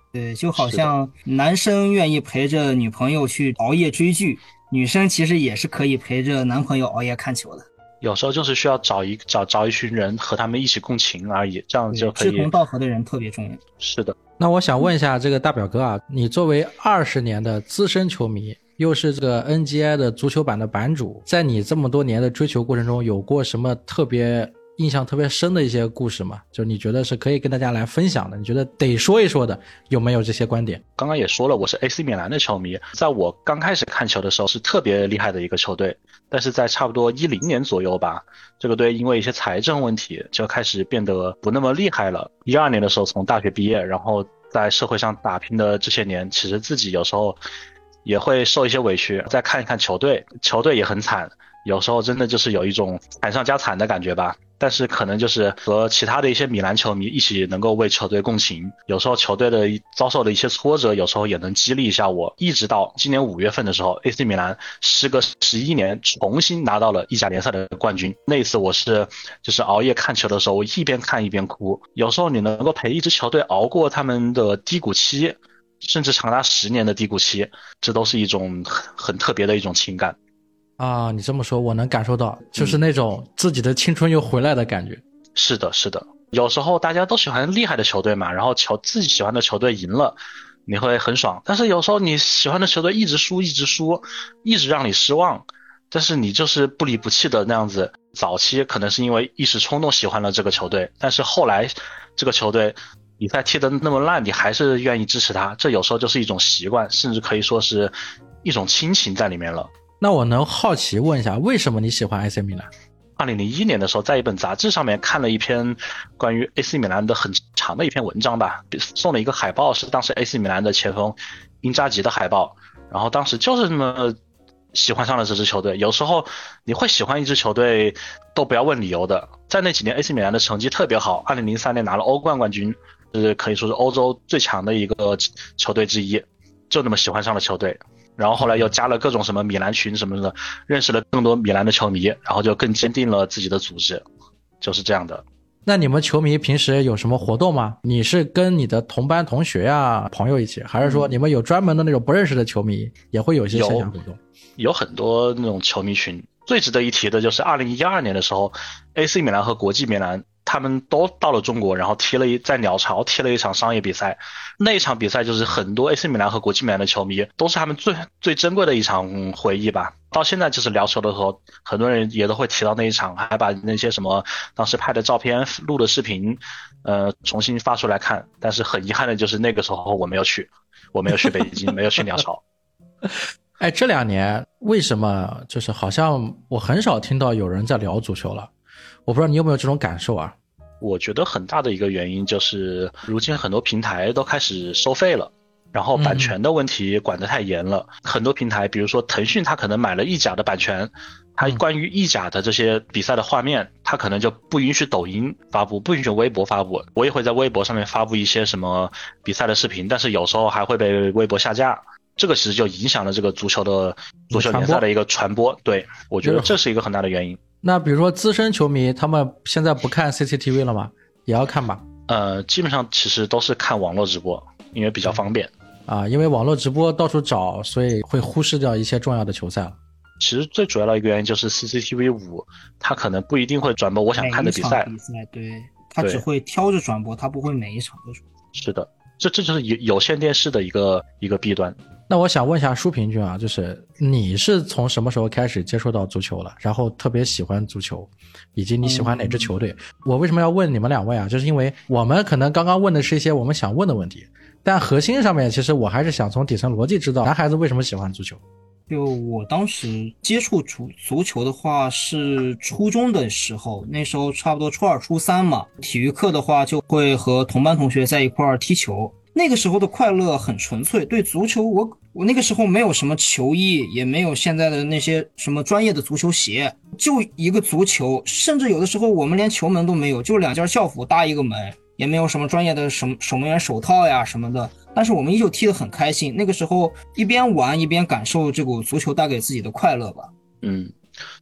对，就好像男生愿意陪着女朋友去熬夜追剧，女生其实也是可以陪着男朋友熬夜看球的。
有时候就是需要找一群人和他们一起共情而已，这样就可以。
志同道合的人特别重要。
是的。
那我想问一下这个大表哥啊，你作为20年的资深球迷，又是这个 NGI 的足球版的版主，在你这么多年的追求过程中，有过什么印象特别深的一些故事吗？就你觉得是可以跟大家来分享的，你觉得得说一说的，有没有这些观点？
刚刚也说了，我是 AC 米兰的球迷，在我刚开始看球的时候是特别厉害的一个球队，但是在差不多10年左右吧，这个队因为一些财政问题就开始变得不那么厉害了。12年的时候从大学毕业，然后在社会上打拼的这些年，其实自己有时候也会受一些委屈，再看一看球队也很惨，有时候真的就是有一种惨上加惨的感觉吧。但是可能就是和其他的一些米兰球迷一起能够为球队共情，有时候球队的遭受的一些挫折，有时候也能激励一下我。一直到今年5月份的时候 AC 米兰时隔11年重新拿到了意甲联赛的冠军。那一次我是就是熬夜看球的时候，我一边看一边哭。有时候你能够陪一支球队熬过他们的低谷期，甚至长达10年的低谷期，这都是一种很特别的一种情感
啊。你这么说我能感受到，就是那种自己的青春又回来的感觉。
是的，是的。有时候大家都喜欢厉害的球队嘛，然后自己喜欢的球队赢了，你会很爽。但是有时候你喜欢的球队一直输，一直让你失望，但是你就是不离不弃的那样子。早期可能是因为一时冲动喜欢了这个球队，但是后来这个球队比赛踢得那么烂，你还是愿意支持他，这有时候就是一种习惯，甚至可以说是一种亲情在里面了。
那我能好奇问一下，为什么你喜欢 AC 米兰
？2001年的时候，在一本杂志上面看了一篇关于 AC 米兰的很长的一篇文章吧，送了一个海报，是当时 AC 米兰的前锋因扎吉的海报，然后当时就是这么喜欢上了这支球队。有时候你会喜欢一支球队都不要问理由的，在那几年 AC 米兰的成绩特别好，2003年拿了欧冠冠军，可以说是欧洲最强的一个球队之一，就那么喜欢上了球队。然后后来又加了各种什么米兰群什么的，认识了更多米兰的球迷，然后就更坚定了自己的组织，就是这样的。
那你们球迷平时有什么活动吗？你是跟你的同班同学啊朋友一起，还是说你们有专门的那种不认识的球迷也会有一些线下活动？
有很多那种球迷群。最值得一提的就是2012年的时候 AC 米兰和国际米兰他们都到了中国，然后在鸟巢踢了一场商业比赛。那一场比赛就是很多 AC 米兰和国际米兰的球迷都是他们最珍贵的一场回忆吧。到现在就是聊球的时候，很多人也都会提到那一场，还把那些什么当时拍的照片、录的视频重新发出来看。但是很遗憾的就是那个时候我没有去北京，没有去鸟巢。
哎，这2年为什么就是好像我很少听到有人在聊足球了？我不知道你有没有这种感受啊？
我觉得很大的一个原因就是如今很多平台都开始收费了，然后版权的问题管得太严了。很多平台比如说腾讯，它可能买了意甲的版权，它关于意甲的这些比赛的画面，它可能就不允许抖音发布，不允许微博发布。我也会在微博上面发布一些什么比赛的视频，但是有时候还会被微博下架。这个其实就影响了这个足球联赛的一个传播。对，我觉得这是一个很大的原因。
那比如说资深球迷他们现在不看 CCTV 了吗？也要看吧？
基本上其实都是看网络直播，因为比较方便
啊。因为网络直播到处找，所以会忽视掉一些重要的球赛了。
其实最主要的一个原因就是 CCTV5 它可能不一定会转播我想看的比赛。
对，它只会挑着转播，它不会每一场都转播。
是的，这就是有线电视的一个弊端。
那我想问一下舒平君啊，就是你是从什么时候开始接触到足球了，然后特别喜欢足球，以及你喜欢哪支球队？我为什么要问你们2位啊？就是因为我们可能刚刚问的是一些我们想问的问题，但核心上面其实我还是想从底层逻辑知道男孩子为什么喜欢足球。
就我当时接触足球的话是初中的时候，那时候差不多初2初3嘛，体育课的话就会和同班同学在一块儿踢球。那个时候的快乐很纯粹，对足球我那个时候没有什么球衣，也没有现在的那些什么专业的足球鞋，就一个足球，甚至有的时候我们连球门都没有，就2件校服搭一个门，也没有什么专业的守门员手套呀什么的，但是我们依旧踢得很开心。那个时候一边玩一边感受这个足球带给自己的快乐吧。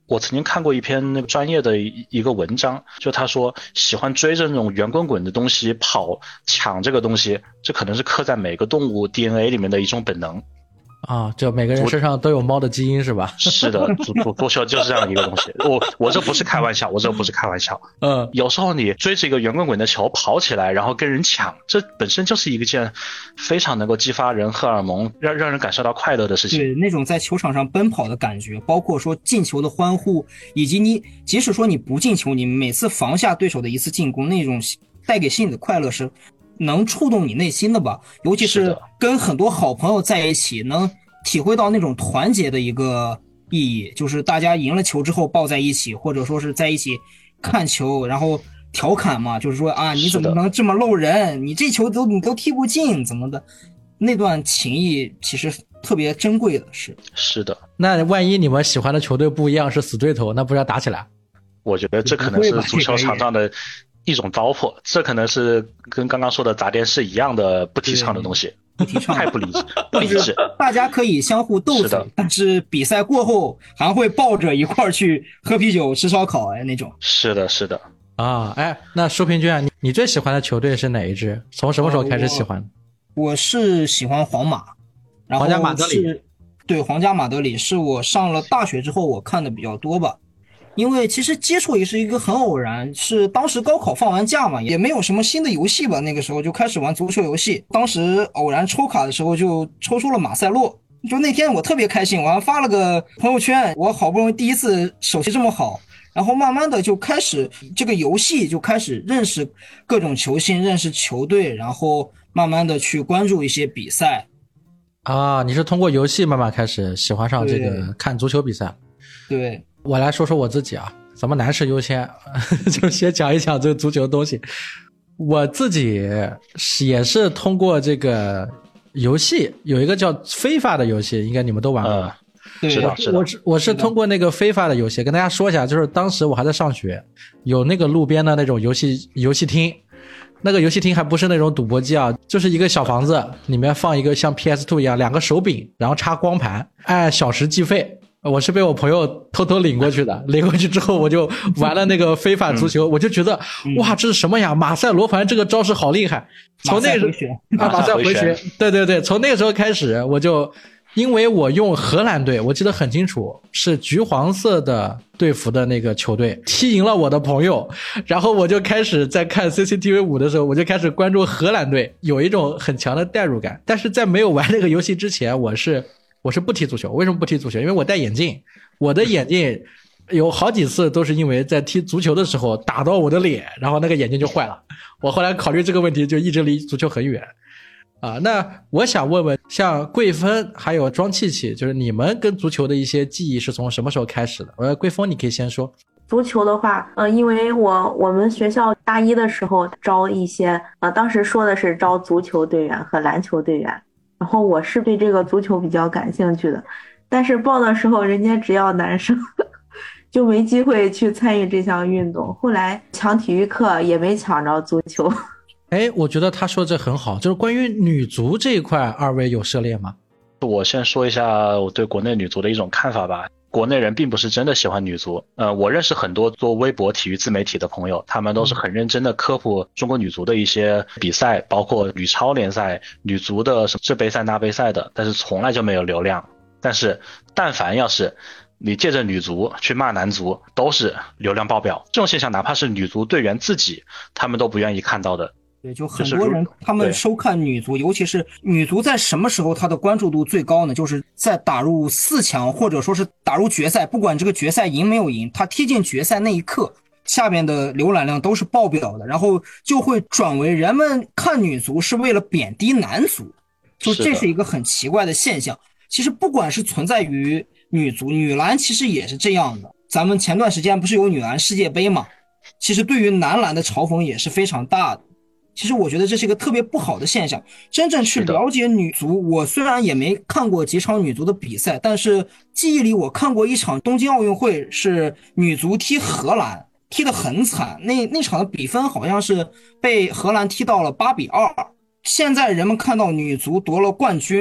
我曾经看过一篇那个专业的一个文章，就他说喜欢追着那种圆滚滚的东西跑，抢这个东西，这可能是刻在每个动物 DNA 里面的一种本能。
啊，就每个人身上都有猫的基因是吧？
是的，足球就是这样一个东西。我这不是开玩笑，我这不是开玩笑。有时候你追着一个圆滚滚的球跑起来，然后跟人抢，这本身就是一件非常能够激发人荷尔蒙，让人感受到快乐的事情。
对，那种在球场上奔跑的感觉，包括说进球的欢呼，以及你即使说你不进球，你每次防下对手的一次进攻，那种带给心里的快乐是能触动你内心的吧，尤其是跟很多好朋友在一起，能体会到那种团结的一个意义，就是大家赢了球之后抱在一起，或者说是在一起看球，然后调侃嘛，就是说啊，你怎么能这么漏人？你这球你都踢不进，怎么的？那段情谊其实特别珍贵的是
的。
那万一你们喜欢的球队不一样，是死对头，那不是要打起来？
我觉得这可能是足球场上的一种糟粕，这可能是跟刚刚说的砸电视一样的不提倡的东西，
不提倡，
太不理智，不理智。
大家可以相互斗嘴，但是比赛过后还会抱着一块儿去喝啤酒、吃烧烤那种。
是的。
啊，哎，那舒平君，你最喜欢的球队是哪一支？从什么时候开始喜欢？
我是喜欢皇马，然后
皇家马德里。
对，皇家马德里是我上了大学之后我看的比较多吧。因为其实接触也是一个很偶然，是当时高考放完假嘛，也没有什么新的游戏吧，那个时候就开始玩足球游戏。当时偶然抽卡的时候就抽出了马塞洛，就那天我特别开心，我还发了个朋友圈，我好不容易第一次手气这么好，然后慢慢的就开始这个游戏就开始认识各种球星，认识球队，然后慢慢的去关注一些比赛。
啊，你是通过游戏慢慢开始喜欢上这个看足球比赛？
对。
我来说说我自己啊，咱们男士优先，就先讲一讲这个足球的东西。我自己也是通过这个游戏，有一个叫非法的游戏，应该你们都玩过吧？
是的。
我是通过那个非法的游戏，跟大家说一下，就是当时我还在上学，有那个路边的那种游戏厅，那个游戏厅还不是那种赌博机啊，就是一个小房子，里面放一个像 PS2 一样2个手柄，然后插光盘，按小时计费。我是被我朋友偷偷领过去的，领过去之后我就玩了那个非法足球，我就觉得哇，这是什么呀？马赛罗凡这个招式好厉害！从那个时候马赛回旋，对，从那个时候开始，我就因为我用荷兰队，我记得很清楚，是橘黄色的队服的那个球队踢赢了我的朋友，然后我就开始在看 CCTV5 的时候，我就开始关注荷兰队，有一种很强的代入感。但是在没有玩那个游戏之前，我是不踢足球。为什么不踢足球？因为我戴眼镜，我的眼镜有好几次都是因为在踢足球的时候打到我的脸，然后那个眼镜就坏了。我后来考虑这个问题，就一直离足球很远啊。那我想问问，像桂芬还有庄气气，就是你们跟足球的一些记忆是从什么时候开始的？桂芬你可以先说。
足球的话，因为我们学校大一的时候招一些，当时说的是招足球队员和篮球队员。然后我是对这个足球比较感兴趣的，但是报的时候人家只要男生，就没机会去参与这项运动。后来抢体育课也没抢着足球。
哎，我觉得他说这很好，就是关于女足这一块，二位有涉猎吗？
我先说一下我对国内女足的一种看法吧。国内人并不是真的喜欢女足，我认识很多做微博体育自媒体的朋友，他们都是很认真的科普中国女足的一些比赛，包括女超联赛、女足的这杯赛那杯赛的，但是从来就没有流量。但是但凡要是你借着女足去骂男足，都是流量爆表。这种现象哪怕是女足队员自己，他们都不愿意看到的。
对，就很多人他们收看女足，尤其是女足在什么时候她的关注度最高呢？就是在打入4强或者说是打入决赛，不管这个决赛赢没有赢，她踢进决赛那一刻，下面的浏览量都是爆表的，然后就会转为人们看女足是为了贬低男足，就这是一个很奇怪的现象。其实不管是存在于女足，女篮其实也是这样的。咱们前段时间不是有女篮世界杯嘛？其实对于男篮的嘲讽也是非常大的。其实我觉得这是一个特别不好的现象。真正去了解女足，我虽然也没看过几场女足的比赛，但是记忆里我看过一场东京奥运会，是女足踢荷兰，踢得很惨，那场的比分好像是被荷兰踢到了8-2。现在人们看到女足夺了冠军，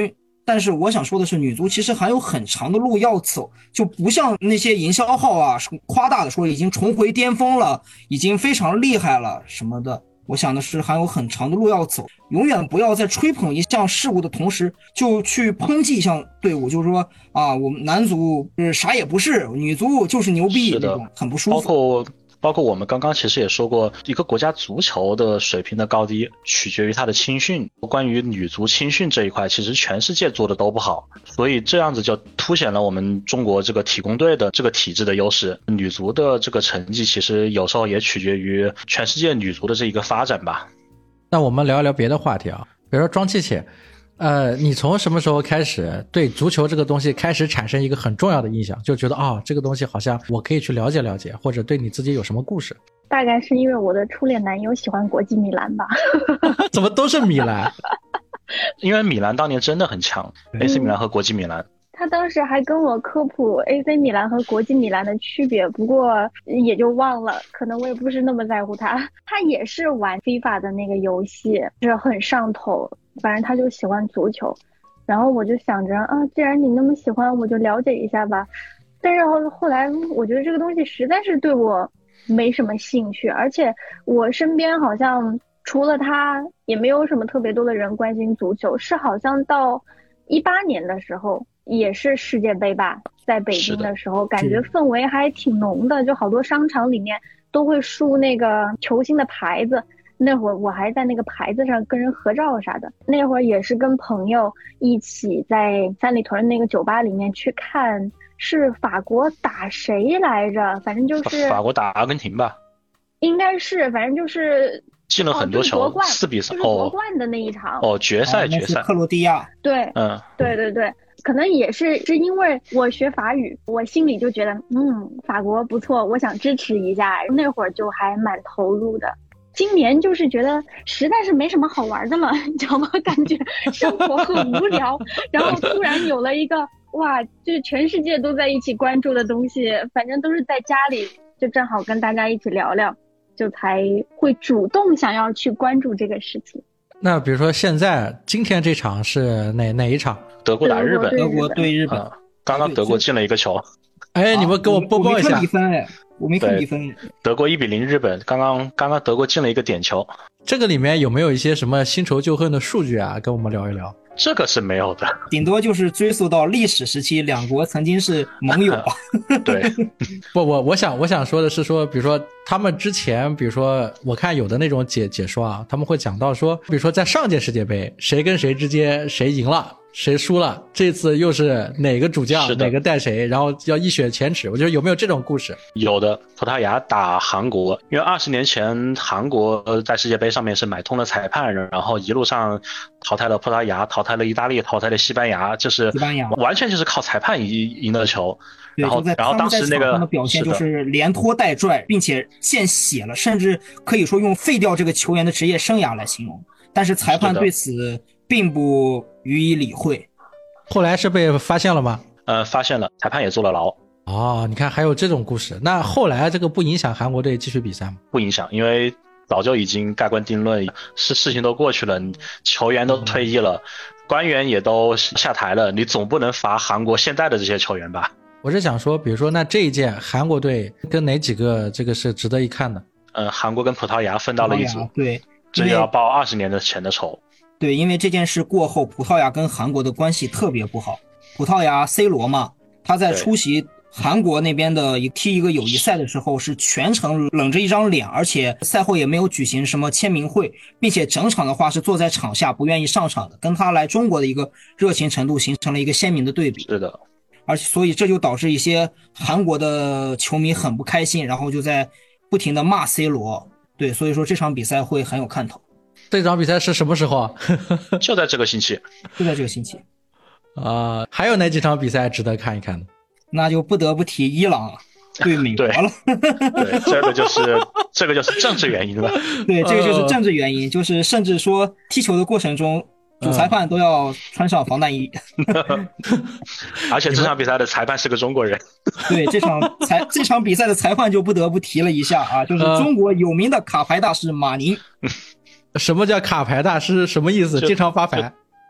但是我想说的是，女足其实还有很长的路要走，就不像那些营销号啊夸大的说已经重回巅峰了，已经非常厉害了什么的。我想的是还有很长的路要走，永远不要在吹捧一项事物的同时就去抨击一项队伍，就是说啊，我们男足啥也不是，女足就是牛逼，
是的，
那种很不舒服。
包括我们刚刚其实也说过，一个国家足球的水平的高低取决于它的青训。关于女足青训这一块，其实全世界做的都不好，所以这样子就凸显了我们中国这个体工队的这个体制的优势。女足的这个成绩其实有时候也取决于全世界女足的这一个发展吧。
那我们聊一聊别的话题啊，比如说庄气气，你从什么时候开始对足球这个东西开始产生一个很重要的印象，就觉得这个东西好像我可以去了解了解，或者对你自己有什么故事？
大概是因为我的初恋男友喜欢国际米兰吧。
怎么都是米兰？
因为米兰当年真的很强，AC 米兰和国际米兰。
他当时还跟我科普 AC 米兰和国际米兰的区别，不过也就忘了，可能我也不是那么在乎他。他也是玩 FIFA 的那个游戏，就是很上头，反正他就喜欢足球。然后我就想着既然你那么喜欢，我就了解一下吧。但是后来我觉得这个东西实在是对我没什么兴趣，而且我身边好像除了他也没有什么特别多的人关心足球，是好像到18年的时候也是世界杯吧，在北京的时候感觉氛围还挺浓的，就好多商场里面都会竖那个球星的牌子，那会儿我还在那个牌子上跟人合照啥的。那会儿也是跟朋友一起在三里屯那个酒吧里面去看，是法国打谁来着，反正就是
法国打阿根廷吧，
应该是，反正就是
进了很多球，4比3，
就是夺冠的那一场。
决赛
克罗地亚。
对，对，可能也是因为我学法语，我心里就觉得法国不错，我想支持一下，那会儿就还蛮投入的。今年就是觉得实在是没什么好玩的了，你知道吗？感觉生活很无聊，然后突然有了一个哇，就是全世界都在一起关注的东西，反正都是在家里，就正好跟大家一起聊聊，就才会主动想要去关注这个事情。
那比如说现在今天这场是哪一场？
德国打日本。
德国对日本。
刚刚德国进了一个球。
你们给我播报一下。
我没看比分。
德国1比0日本，刚刚德国进了一个点球。
这个里面有没有一些什么新仇旧恨的数据啊？跟我们聊一聊。
这个是没有的，
顶多就是追溯到历史时期，两国曾经是盟友吧。
对，
我想说的是说，比如说他们之前，比如说我看有的那种解说啊，他们会讲到说，比如说在上届世界杯，谁跟谁之间谁赢了。谁输了？这次又是哪个主将哪个带谁，然后要一雪前耻？我觉得有没有这种故事？
有的，葡萄牙打韩国，因为20年前韩国在世界杯上面是买通了裁判，然后一路上淘汰了葡萄牙，淘汰了意大利，淘汰了西班牙，就是完全就是靠裁判赢的球。然后当时那个
表现就是连拖带拽，并且见血了，甚至可以说用废掉这个球员的职业生涯来形容。但是裁判对此并不予以理会。
后来是被发现了吗？
发现了，裁判也坐了牢。
你看还有这种故事。那后来这个不影响韩国队继续比赛吗？
不影响，因为早就已经盖棺定论，事情都过去了，球员都退役了，官员也都下台了，你总不能罚韩国现在的这些球员吧？
我是想说，比如说那这一届韩国队跟哪几个这个是值得一看的？
韩国跟葡萄牙分到了一组。
对，
这就要报20年的前的仇。
对，因为这件事过后，葡萄牙跟韩国的关系特别不好。葡萄牙 C 罗嘛，他在出席韩国那边的踢一个友谊赛的时候，是全程冷着一张脸，而且赛后也没有举行什么签名会，并且整场的话是坐在场下不愿意上场的，跟他来中国的一个热情程度形成了一个鲜明的对比。
是的，
而且所以这就导致一些韩国的球迷很不开心，然后就在不停的骂 C 罗。对，所以说这场比赛会很有看头。
这场比赛是什么时候啊？
就在这个星期。
就在这个星期。
还有哪几场比赛值得看一看呢？
那就不得不提伊朗对美国了。
对，这个就是政治原因了。
对，这个就是政治原因，就是甚至说踢球的过程中，主裁判都要穿上防弹衣。
而且这场比赛的裁判是个中国人。
对，这场比赛的裁判就不得不提了一下啊，就是中国有名的卡牌大师马宁。
什么叫卡牌大师？什么意思？经常发牌。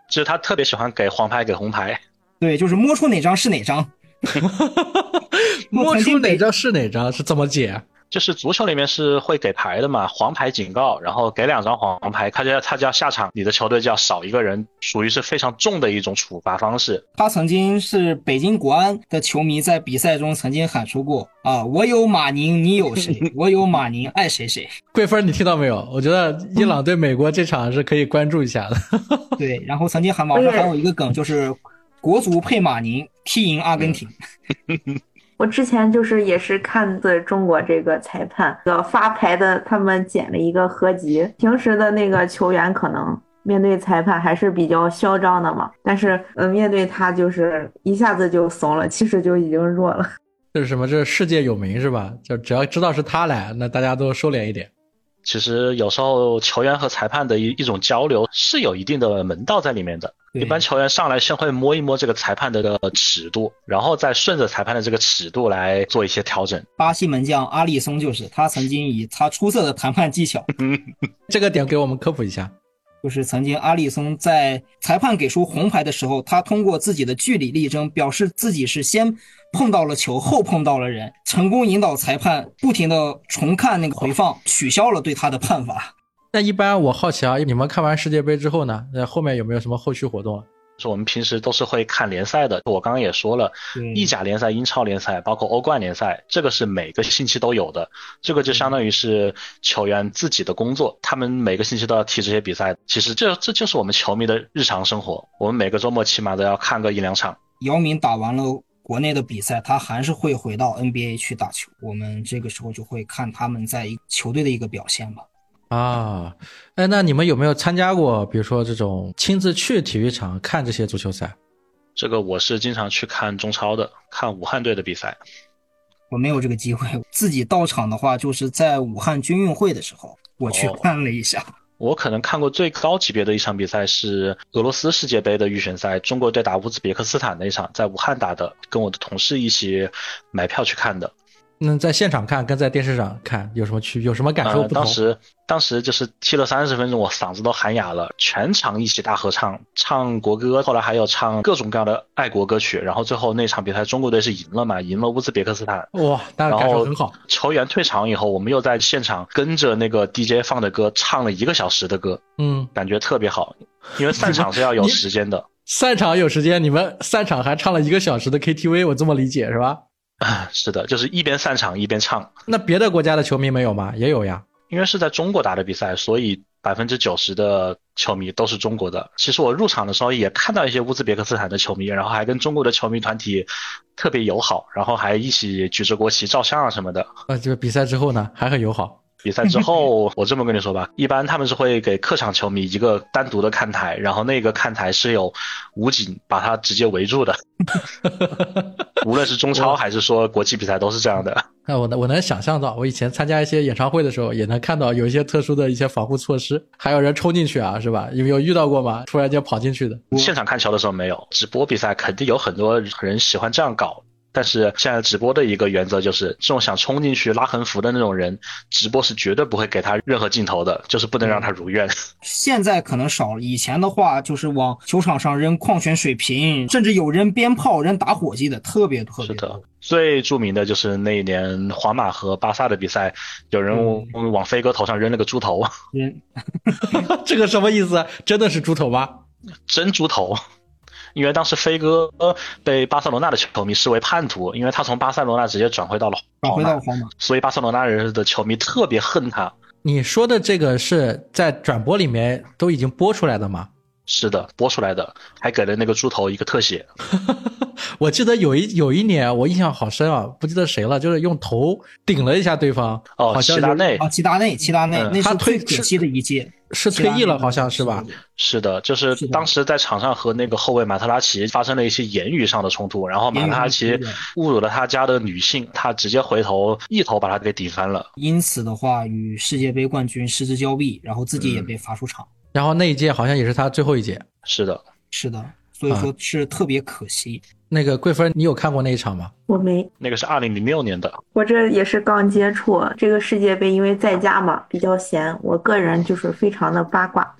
就是他特别喜欢给黄牌给红牌。
对，就是摸出哪张是哪张。
摸出哪张是哪张是怎么解？
就是足球里面是会给牌的嘛，黄牌警告，然后给2张黄牌，他就要下场，你的球队就要少一个人，属于是非常重的一种处罚方式。
他曾经是北京国安的球迷，在比赛中曾经喊出过啊，我有马宁，你有谁？我有马宁，爱谁谁。
桂芬，你听到没有？我觉得伊朗对美国这场是可以关注一下的。
对，然后曾经网上还有一个梗，就是国足配马宁踢赢阿根廷。
我之前也是看的中国这个裁判发牌的，他们剪了一个合集。平时的那个球员可能面对裁判还是比较嚣张的嘛，但是面对他一下子就怂了，气势就已经弱了。
这是什么？这是世界有名是吧？就只要知道是他来，那大家都收敛一点。
其实有时候球员和裁判的一种交流是有一定的门道在里面的。一般球员上来先会摸一摸这个裁判的尺度，然后再顺着裁判的这个尺度来做一些调整。
巴西门将阿里松他曾经以他出色的谈判技巧
这个点给我们科普一下。
就是曾经阿里松在裁判给出红牌的时候，他通过自己的据理力争，表示自己是先碰到了球后碰到了人，成功引导裁判不停的重看那个回放，取消了对他的判罚。
那一般我好奇啊，你们看完世界杯之后呢，后面有没有什么后续活动？
我们平时都是会看联赛的，我刚刚也说了，意甲联赛、英超联赛，包括欧冠联赛，这个是每个星期都有的。这个就相当于是球员自己的工作，他们每个星期都要踢这些比赛。其实这就是我们球迷的日常生活，我们每个周末起码都要看个1-2场。
姚明打完了国内的比赛，他还是会回到 NBA 去打球，我们这个时候就会看他们在球队的一个表现吧。
啊，那你们有没有参加过比如说这种亲自去体育场看这些足球赛？
这个我是经常去看中超的，看武汉队的比赛。
我没有这个机会，自己到场的话就是在武汉军运会的时候我去看了一下。
我可能看过最高级别的一场比赛是俄罗斯世界杯的预选赛，中国队打乌兹别克斯坦那一场，在武汉打的，跟我的同事一起买票去看的。
在现场看跟在电视上看有什么区别？有什么感受不同？
当时就是踢了30分钟，我嗓子都喊哑了，全场一起大合唱，唱国歌，后来还有唱各种各样的爱国歌曲，然后最后那场比赛中国队是赢了嘛，赢了乌兹别克斯坦。
哇，当然感受很好。
球员退场以后，我们又在现场跟着那个 DJ 放的歌唱了1个小时的歌，感觉特别好，因为散场是要有时间的。
散场有时间，你们散场还唱了1个小时的 KTV， 我这么理解是吧？
是的，就是一边散场一边唱。
那别的国家的球迷没有吗？也有呀。
因为是在中国打的比赛，所以90%的球迷都是中国的。其实我入场的时候也看到一些乌兹别克斯坦的球迷，然后还跟中国的球迷团体特别友好，然后还一起举着国旗照相啊什么的。
这个比赛之后呢，还很友好。
比赛之后我这么跟你说吧，一般他们是会给客场球迷一个单独的看台，然后那个看台是有武警把它直接围住的。无论是中超还是说国际比赛都是这样的。
我能想象到，我以前参加一些演唱会的时候也能看到有一些特殊的一些防护措施，还有人冲进去啊，是吧？有遇到过吗？突然间跑进去的？
现场看球的时候没有，直播比赛肯定有很多人喜欢这样搞。但是现在直播的一个原则就是，这种想冲进去拉横幅的那种人，直播是绝对不会给他任何镜头的，就是不能让他如愿。
现在可能少了，以前的话就是往球场上扔矿泉水瓶，甚至有扔鞭炮、扔打火机的，特别多。
是的，最著名的就是那一年皇马和巴萨的比赛，有人往飞哥头上扔了个猪头。
这个什么意思？真的是猪头吗？
真猪头。因为当时飞哥被巴塞罗那的球迷视为叛徒，因为他从巴塞罗那直接转回到了皇马，所以巴塞罗那人的球迷特别恨他。
你说的这个是在转播里面都已经播出来的吗？
是的，播出来的，还给了那个猪头一个特写。
我记得有一年我印象好深啊，不记得谁了，就是用头顶了一下对方。好像
齐达内，
那是最可惜的一届。
是退役了好像是吧？
是的，就是当时在场上和那个后卫马特拉齐发生了一些言语上的冲突，然后马特拉齐侮辱了他家的女性，他直接回头一头把他给顶翻了。
因此的话与世界杯冠军失之交臂，然后自己也被罚出场。
然后那一届好像也是他最后一届。
是的，
所以说是特别可惜。
那个桂芬，你有看过那一场吗？
我没。
那个是2006年的。
我这也是刚接触这个世界杯，因为在家嘛比较闲，我个人就是非常的八卦。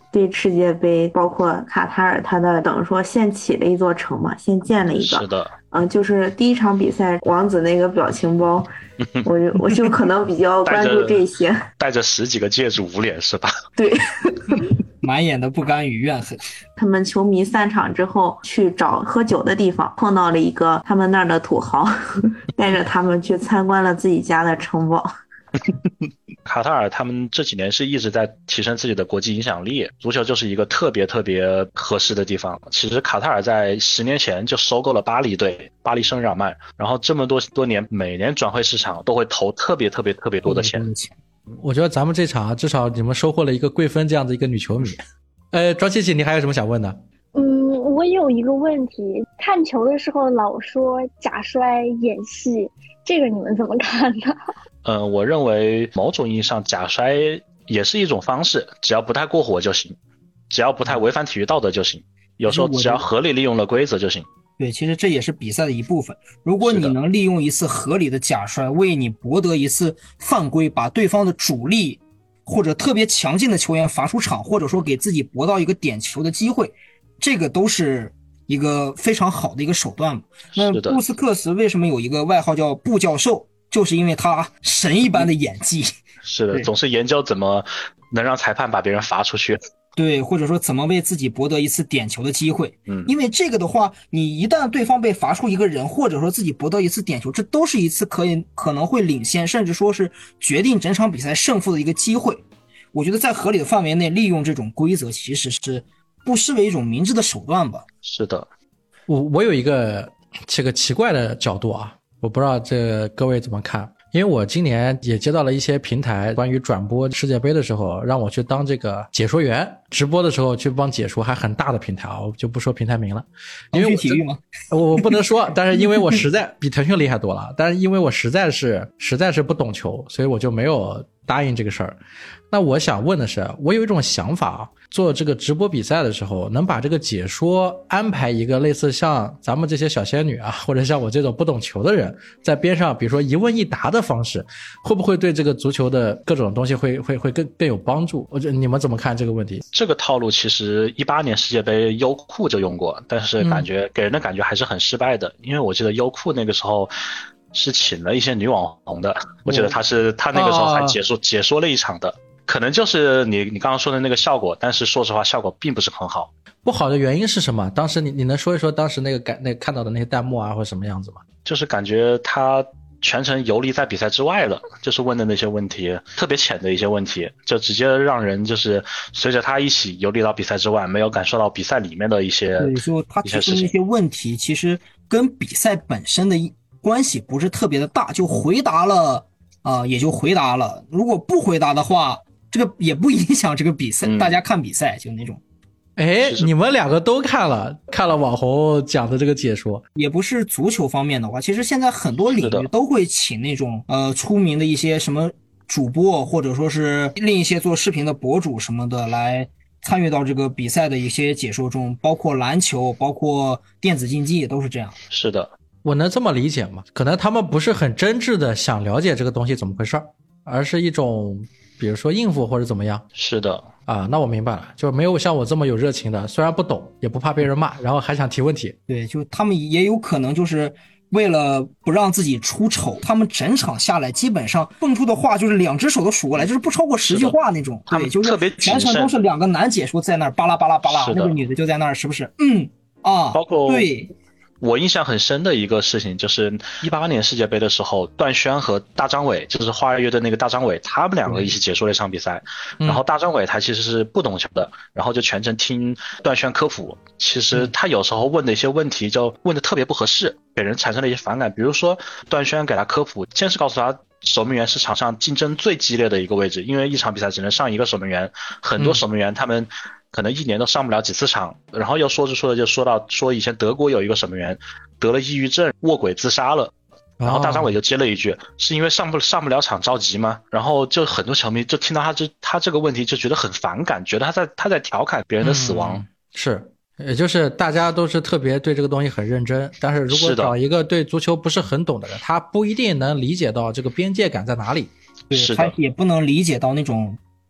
对世界杯，包括卡塔尔，他的等于说先起了一座城嘛，先建了一个。
是的。
就是第一场比赛，王子那个表情包，我就可能比较关注这些。
带着10几个戒指捂脸是吧？
对。
满眼的不甘与怨恨。
他们球迷散场之后去找喝酒的地方，碰到了一个他们那儿的土豪，带着他们去参观了自己家的城堡。
卡塔尔他们这几年是一直在提升自己的国际影响力，足球就是一个特别特别合适的地方。其实卡塔尔在10年前就收购了巴黎队，巴黎圣日耳曼，然后这么多年，每年转会市场都会投特别多的钱。
我觉得咱们这场至少你们收获了一个桂芬这样的一个女球迷。庄琪琪，你还有什么想问的？
我有一个问题，看球的时候老说假摔演戏，这个你们怎么看呢？
我认为某种意义上假摔也是一种方式，只要不太过火就行，只要不太违反体育道德就行，有时候只要合理利用了规则就行。
对，其实这也是比赛的一部分。如果你能利用一次合理的假摔，为你博得一次犯规，把对方的主力或者特别强劲的球员罚出场，或者说给自己博到一个点球的机会，这个都是一个非常好的一个手段嘛。那布斯克茨为什么有一个外号叫布教授，就是因为他神一般的演技。
是的，总是研究怎么能让裁判把别人罚出去。
对，或者说怎么为自己博得一次点球的机会。因为这个的话，你一旦对方被罚出一个人，或者说自己博得一次点球，这都是一次可能会领先，甚至说是决定整场比赛胜负的一个机会。我觉得在合理的范围内利用这种规则，其实是不失为一种明智的手段吧。
是的。
我有一个这个奇怪的角度啊，我不知道这各位怎么看。因为我今年也接到了一些平台关于转播世界杯的时候让我去当这个解说员，直播的时候去帮解说，还很大的平台啊，我就不说平台名了。因为
体育吗？
我不能说，但是因为我实在比腾讯厉害多了，但是因为我实在是不懂球，所以我就没有答应这个事儿。那我想问的是，我有一种想法啊，做这个直播比赛的时候，能把这个解说安排一个类似像咱们这些小仙女啊，或者像我这种不懂球的人在边上，比如说一问一答的方式，会不会对这个足球的各种东西会更有帮助？你们怎么看这个问题？这
个套路其实18年世界杯优酷就用过，但是给人的感觉还是很失败的。因为我记得优酷那个时候是请了一些女网红的，我记得他那个时候还解说了一场的。可能就是你刚刚说的那个效果，但是说实话效果并不是很好。
不好的原因是什么？当时你能说一说当时那个看到的那些弹幕啊，或者什么样子吗？
就是感觉他全程游离在比赛之外了，就是问的那些问题特别浅的一些问题，就直接让人就是随着他一起游离到比赛之外，没有感受到比赛里面的一些
对，就他提出的一些问题其实跟比赛本身的关系不是特别的大，就回答了也就回答了，如果不回答的话这个也不影响这个比赛，大家看比赛就那种。
你们两个都看了网红讲的这个解说。
也不是足球方面的话，其实现在很多领域都会请那种出名的一些什么主播，或者说是另一些做视频的博主什么的来参与到这个比赛的一些解说中，包括篮球，包括电子竞技都是这样。
是的。
我能这么理解吗？可能他们不是很真挚的想了解这个东西怎么回事，而是一种比如说应付或者怎么样。
是的。
那我明白了，就没有像我这么有热情的，虽然不懂也不怕被人骂，然后还想提问题。
对，就他们也有可能就是为了不让自己出丑，他们整场下来基本上蹦出的话就是2只手都数过来，就是不超过10句话那种。对，就是全程都是2个男解说在那儿巴拉巴拉巴拉，那个女的就在那儿是不是
包括
对。
我印象很深的一个事情就是18年世界杯的时候，段轩和大张伟，就是花儿乐队那个大张伟，他们两个一起解说了一场比赛。然后大张伟他其实是不懂球的，然后就全程听段轩科普。其实他有时候问的一些问题就问的特别不合适，给人产生了一些反感。比如说段轩给他科普，先是告诉他守门员是场上竞争最激烈的一个位置，因为一场比赛只能上一个守门员，很多守门员他们可能1年都上不了几次场。然后又说着就说以前德国有一个守门员得了抑郁症卧轨自杀了，然后大张伟就接了一句，是因为上不了场着急吗？然后就很多球迷就听到他这个问题就觉得很反感，觉得他在调侃别人的死亡。
是，也就是大家都是特别对这个东西很认真，但是如果找一个对足球不是很懂的人，他不一定能理解到这个边界感在哪里。
对，他也不能理解到那种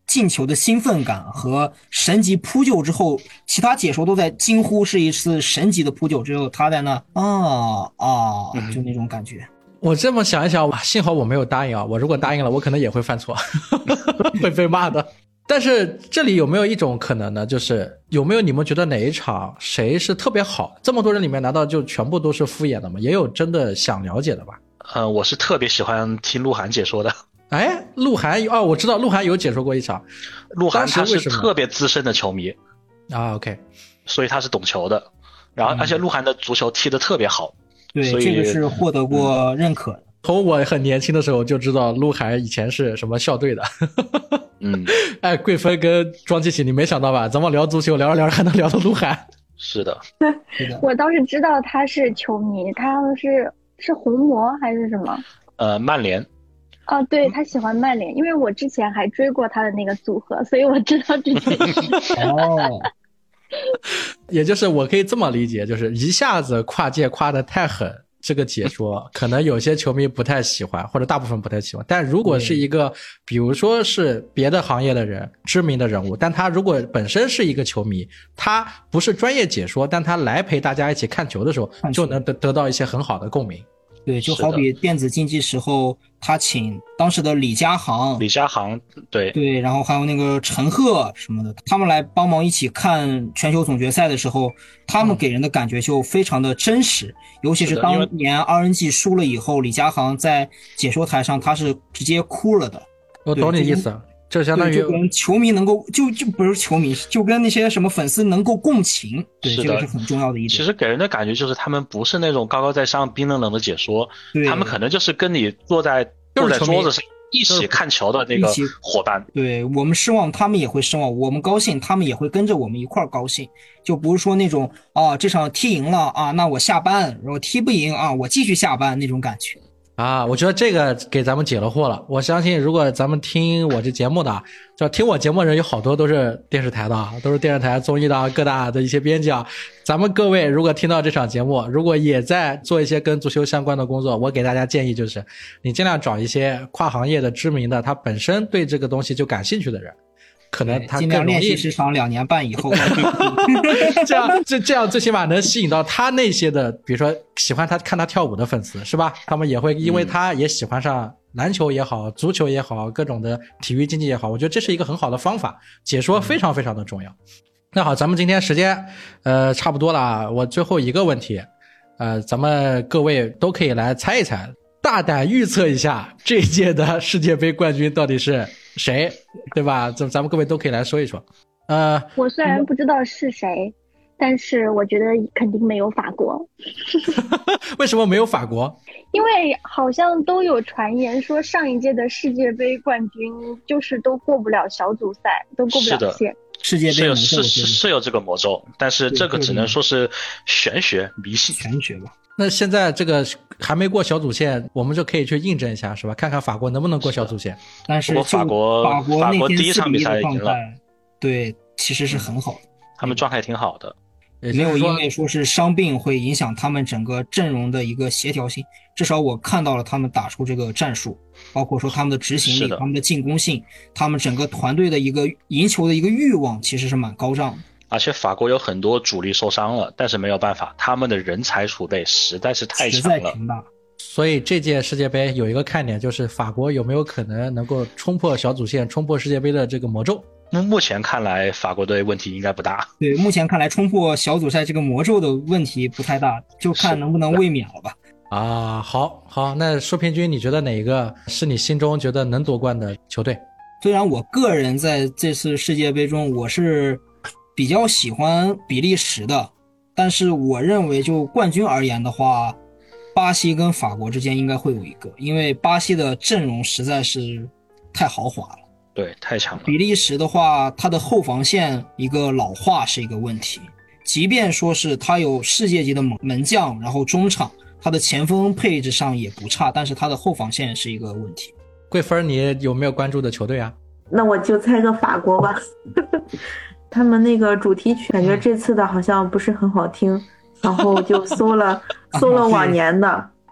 进球的兴奋感和神级扑救之后，其他解说都在惊呼是一次神级的扑救，只有他在那就那种感觉。
我这么想一想，幸好我没有答应啊！我如果答应了，我可能也会犯错，会被骂的。但是这里有没有一种可能呢？就是有没有你们觉得哪一场谁是特别好？这么多人里面难道就全部都是敷衍的吗？也有真的想了解的吧？
我是特别喜欢听鹿晗解说的。
哎，鹿晗哦，我知道鹿晗有解说过一场。
鹿晗他是特别资深的球迷
啊 ，OK，
所以他是懂球的。然后而且鹿晗的足球踢得特别好，
对，
所以
这个是获得过认可的。
从我很年轻的时候就知道鹿晗以前是什么校队的。哎，桂芬跟庄琪琪，你没想到吧？咱们聊足球聊着聊着还能聊到鹿晗。
是的，
我倒是知道他是球迷，他是红魔还是什么？
曼联。
哦，对，他喜欢曼联，因为我之前还追过他的那个组合，所以我知道这件事。
哦，
也就是我可以这么理解，就是一下子跨界跨得太狠。这个解说可能有些球迷不太喜欢，或者大部分不太喜欢，但如果是一个比如说是别的行业的人，知名的人物，但他如果本身是一个球迷，他不是专业解说，但他来陪大家一起看球的时候，就能得到一些很好的共鸣。
对，就好比电子竞技时候他请当时的李佳航，对，然后还有那个陈赫什么的，他们来帮忙一起看全球总决赛的时候，他们给人的感觉就非常的真实。尤其是当年 RNG 输了以后，李佳航在解说台上他是直接哭了的。
我懂你意思，这相当于
就跟球迷能够就不是球迷，就跟那些什么粉丝能够共情，对，这个是很重要的一点。
其实给人的感觉就是他们不是那种高高在上冰冷冷的解说，他们可能就是跟你坐在桌子上一起看球的那个伙伴。
对，我们失望他们也会失望，我们高兴他们也会跟着我们一块儿高兴，就不是说那种这场踢赢了啊，那我下班，然后踢不赢啊，我继续下班那种感觉。
啊，我觉得这个给咱们解了惑了。我相信如果咱们听我这节目的，就听我节目的人有好多都是电视台的，都是电视台综艺的各大的一些编辑啊。咱们各位如果听到这场节目，如果也在做一些跟足球相关的工作，我给大家建议就是你尽量找一些跨行业的知名的，他本身对这个东西就感兴趣的人，可能他
尽量练习时长2年半以后
这样最起码能吸引到他那些的，比如说喜欢他看他跳舞的粉丝，是吧？他们也会因为他也喜欢上篮球也好，足球也好，各种的体育竞技也好，我觉得这是一个很好的方法，解说非常非常的重要。那好，咱们今天时间差不多了，我最后一个问题，咱们各位都可以来猜一猜，大胆预测一下这一届的世界杯冠军到底是谁，对吧？咱们各位都可以来说一说。
我虽然不知道是谁，但是我觉得肯定没有法国。
为什么没有法国？
因为好像都有传言说上一届的世界杯冠军就是都过不了小组赛，都过不了线。
世界杯
是有这个魔咒，但是这个只能说是玄学迷信。
玄学吧。
那现在这个还没过小组线，我们就可以去印证一下，是吧？看看法国能不能过小组线。
但是
法国第一场比赛赢了，
对，其实是很好的，
他们状态挺好的，
没有因为说是伤病会影响他们整个阵容的一个协调性。至少我看到了他们打出这个战术，包括说他们的执行力、他们的进攻性，他们整个团队的一个赢球的一个欲望，其实是蛮高涨的。
而且法国有很多主力受伤了，但是没有办法，他们的人才储备实在是太强了。
所以这届世界杯有一个看点，就是法国有没有可能能够冲破小组线，冲破世界杯的这个魔咒。
目前看来法国队问题应该不大。
对，目前看来冲破小组赛这个魔咒的问题不太大，就看能不能卫冕了吧。
好，那舒平君，你觉得哪一个是你心中觉得能夺冠的球队？
虽然我个人在这次世界杯中我是比较喜欢比利时的，但是我认为就冠军而言的话，巴西跟法国之间应该会有一个，因为巴西的阵容实在是太豪华了。
对，太强了。
比利时的话，它的后防线一个老化是一个问题，即便说是它有世界级的门将，然后中场它的前锋配置上也不差，但是它的后防线是一个问题。
桂芬，你有没有关注的球队啊？
那我就猜个法国吧。他们那个主题曲感觉这次的好像不是很好听，然后就搜了往年的，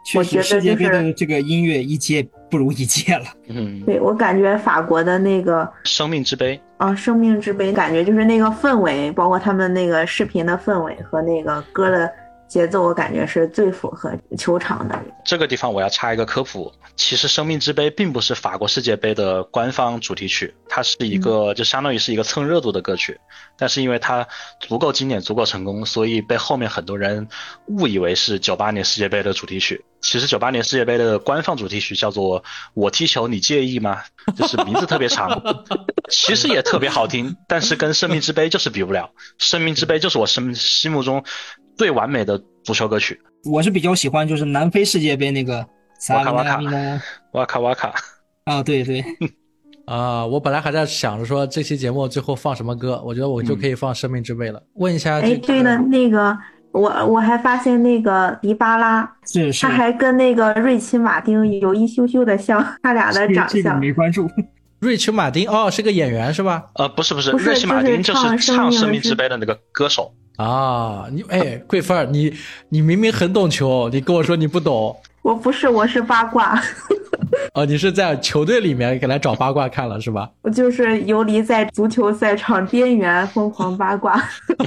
确实世界杯的这个音乐一届不如一届了。
对，我感觉法国的那个
生命之杯
生命之杯感觉就是那个氛围，包括他们那个视频的氛围和那个歌的节奏，我感觉是最符合球场的。
这个地方我要插一个科普，其实生命之杯并不是法国世界杯的官方主题曲，它是一个就相当于是一个蹭热度的歌曲，但是因为它足够经典足够成功，所以被后面很多人误以为是98年世界杯的主题曲。其实98年世界杯的官方主题曲叫做我踢球你介意吗，就是名字特别长其实也特别好听，但是跟生命之杯就是比不了。生命之杯就是我心目中最完美的足球歌曲。
我是比较喜欢就是南非世界杯那个
哇卡哇卡
啊，对对
我本来还在想着说这期节目最后放什么歌，我觉得我就可以放生命之杯了。问一下
对了，那个我还发现那个迪巴拉
是
他还跟那个瑞奇马丁有一羞羞的像，他俩的长相。
这个没关注。
瑞奇马丁是个演员是吧？
不是瑞奇马丁就是唱生命之杯的那个歌手
啊。桂芬儿，你明明很懂球，你跟我说你不懂。
我不是，我是八卦
你是在球队里面给来找八卦看了是吧？
我就是游离在足球赛场边缘疯狂八卦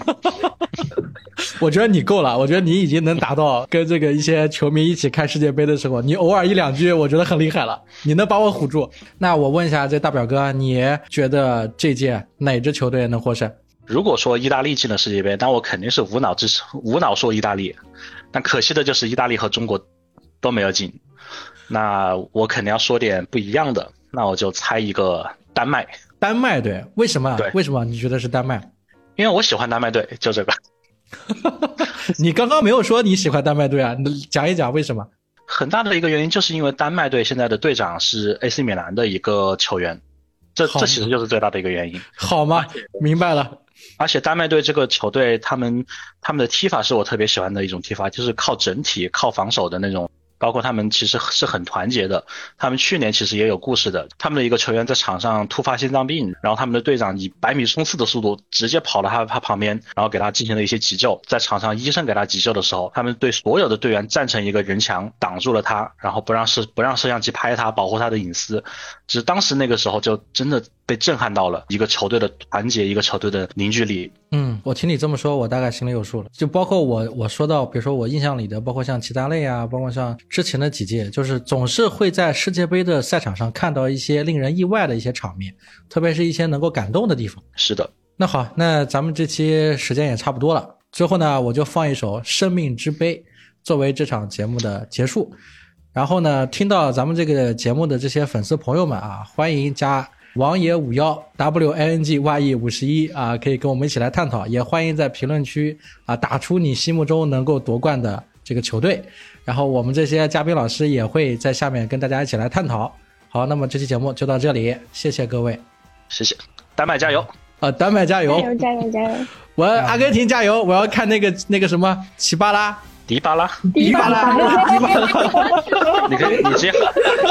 我觉得你够了，我觉得你已经能达到跟这个一些球迷一起看世界杯的时候，你偶尔一两句我觉得很厉害了，你能把我唬住。那我问一下这大表哥，你觉得这届哪支球队能获胜？
如果说意大利进了世界杯，那我肯定是无脑说意大利，但可惜的就是意大利和中国都没有进，那我肯定要说点不一样的，那我就猜一个丹麦。
丹麦队？为什么？
对，
为什么你觉得是丹麦？
因为我喜欢丹麦队，就这个
你刚刚没有说你喜欢丹麦队啊，你讲一讲为什么？
很大的一个原因就是因为丹麦队现在的队长是 AC 米兰的一个球员，这其实就是最大的一个原因。
好吗？明白了。
而且丹麦队这个球队他们的踢法是我特别喜欢的一种踢法，就是靠整体靠防守的那种，包括他们其实是很团结的。他们去年其实也有故事的，他们的一个球员在场上突发心脏病，然后他们的队长以100米冲刺的速度直接跑到他旁边，然后给他进行了一些急救。在场上医生给他急救的时候，他们对所有的队员站成一个人墙挡住了他，然后不让摄像机拍他，保护他的隐私。只是当时那个时候就真的被震撼到了，一个球队的团结，一个球队的凝聚力。
我听你这么说我大概心里有数了。就包括我说到比如说我印象里的，包括像齐达内啊，包括像之前的几届，就是总是会在世界杯的赛场上看到一些令人意外的一些场面，特别是一些能够感动的地方。
是的。
那好，那咱们这期时间也差不多了，之后呢我就放一首生命之杯作为这场节目的结束。然后呢，听到咱们这个节目的这些粉丝朋友们啊，欢迎加王爷51 WANGYE51啊，可以跟我们一起来探讨，也欢迎在评论区啊打出你心目中能够夺冠的这个球队，然后我们这些嘉宾老师也会在下面跟大家一起来探讨。好，那么这期节目就到这里，谢谢各位。
谢谢。丹麦加油
丹麦加油
加油加油！
我阿根廷加油！我要看那个什么奇巴拉
迪巴拉，
你
直接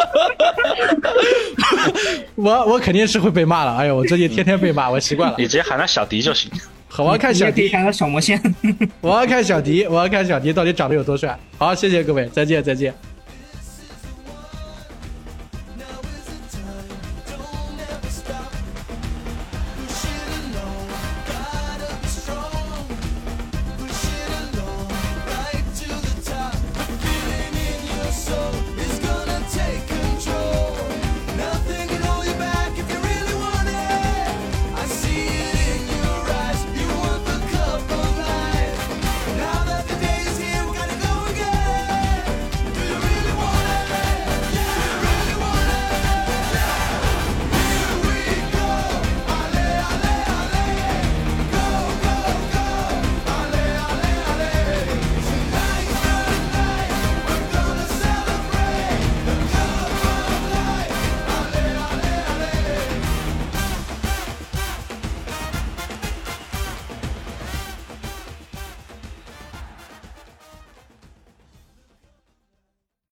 我肯定是会被骂了。哎呦，我最近天天被骂，我习惯了。
你直接喊他小迪就行。
好，我要看小迪，
可以喊他小魔仙。
我要看小迪到底长得有多帅。好，谢谢各位，再见。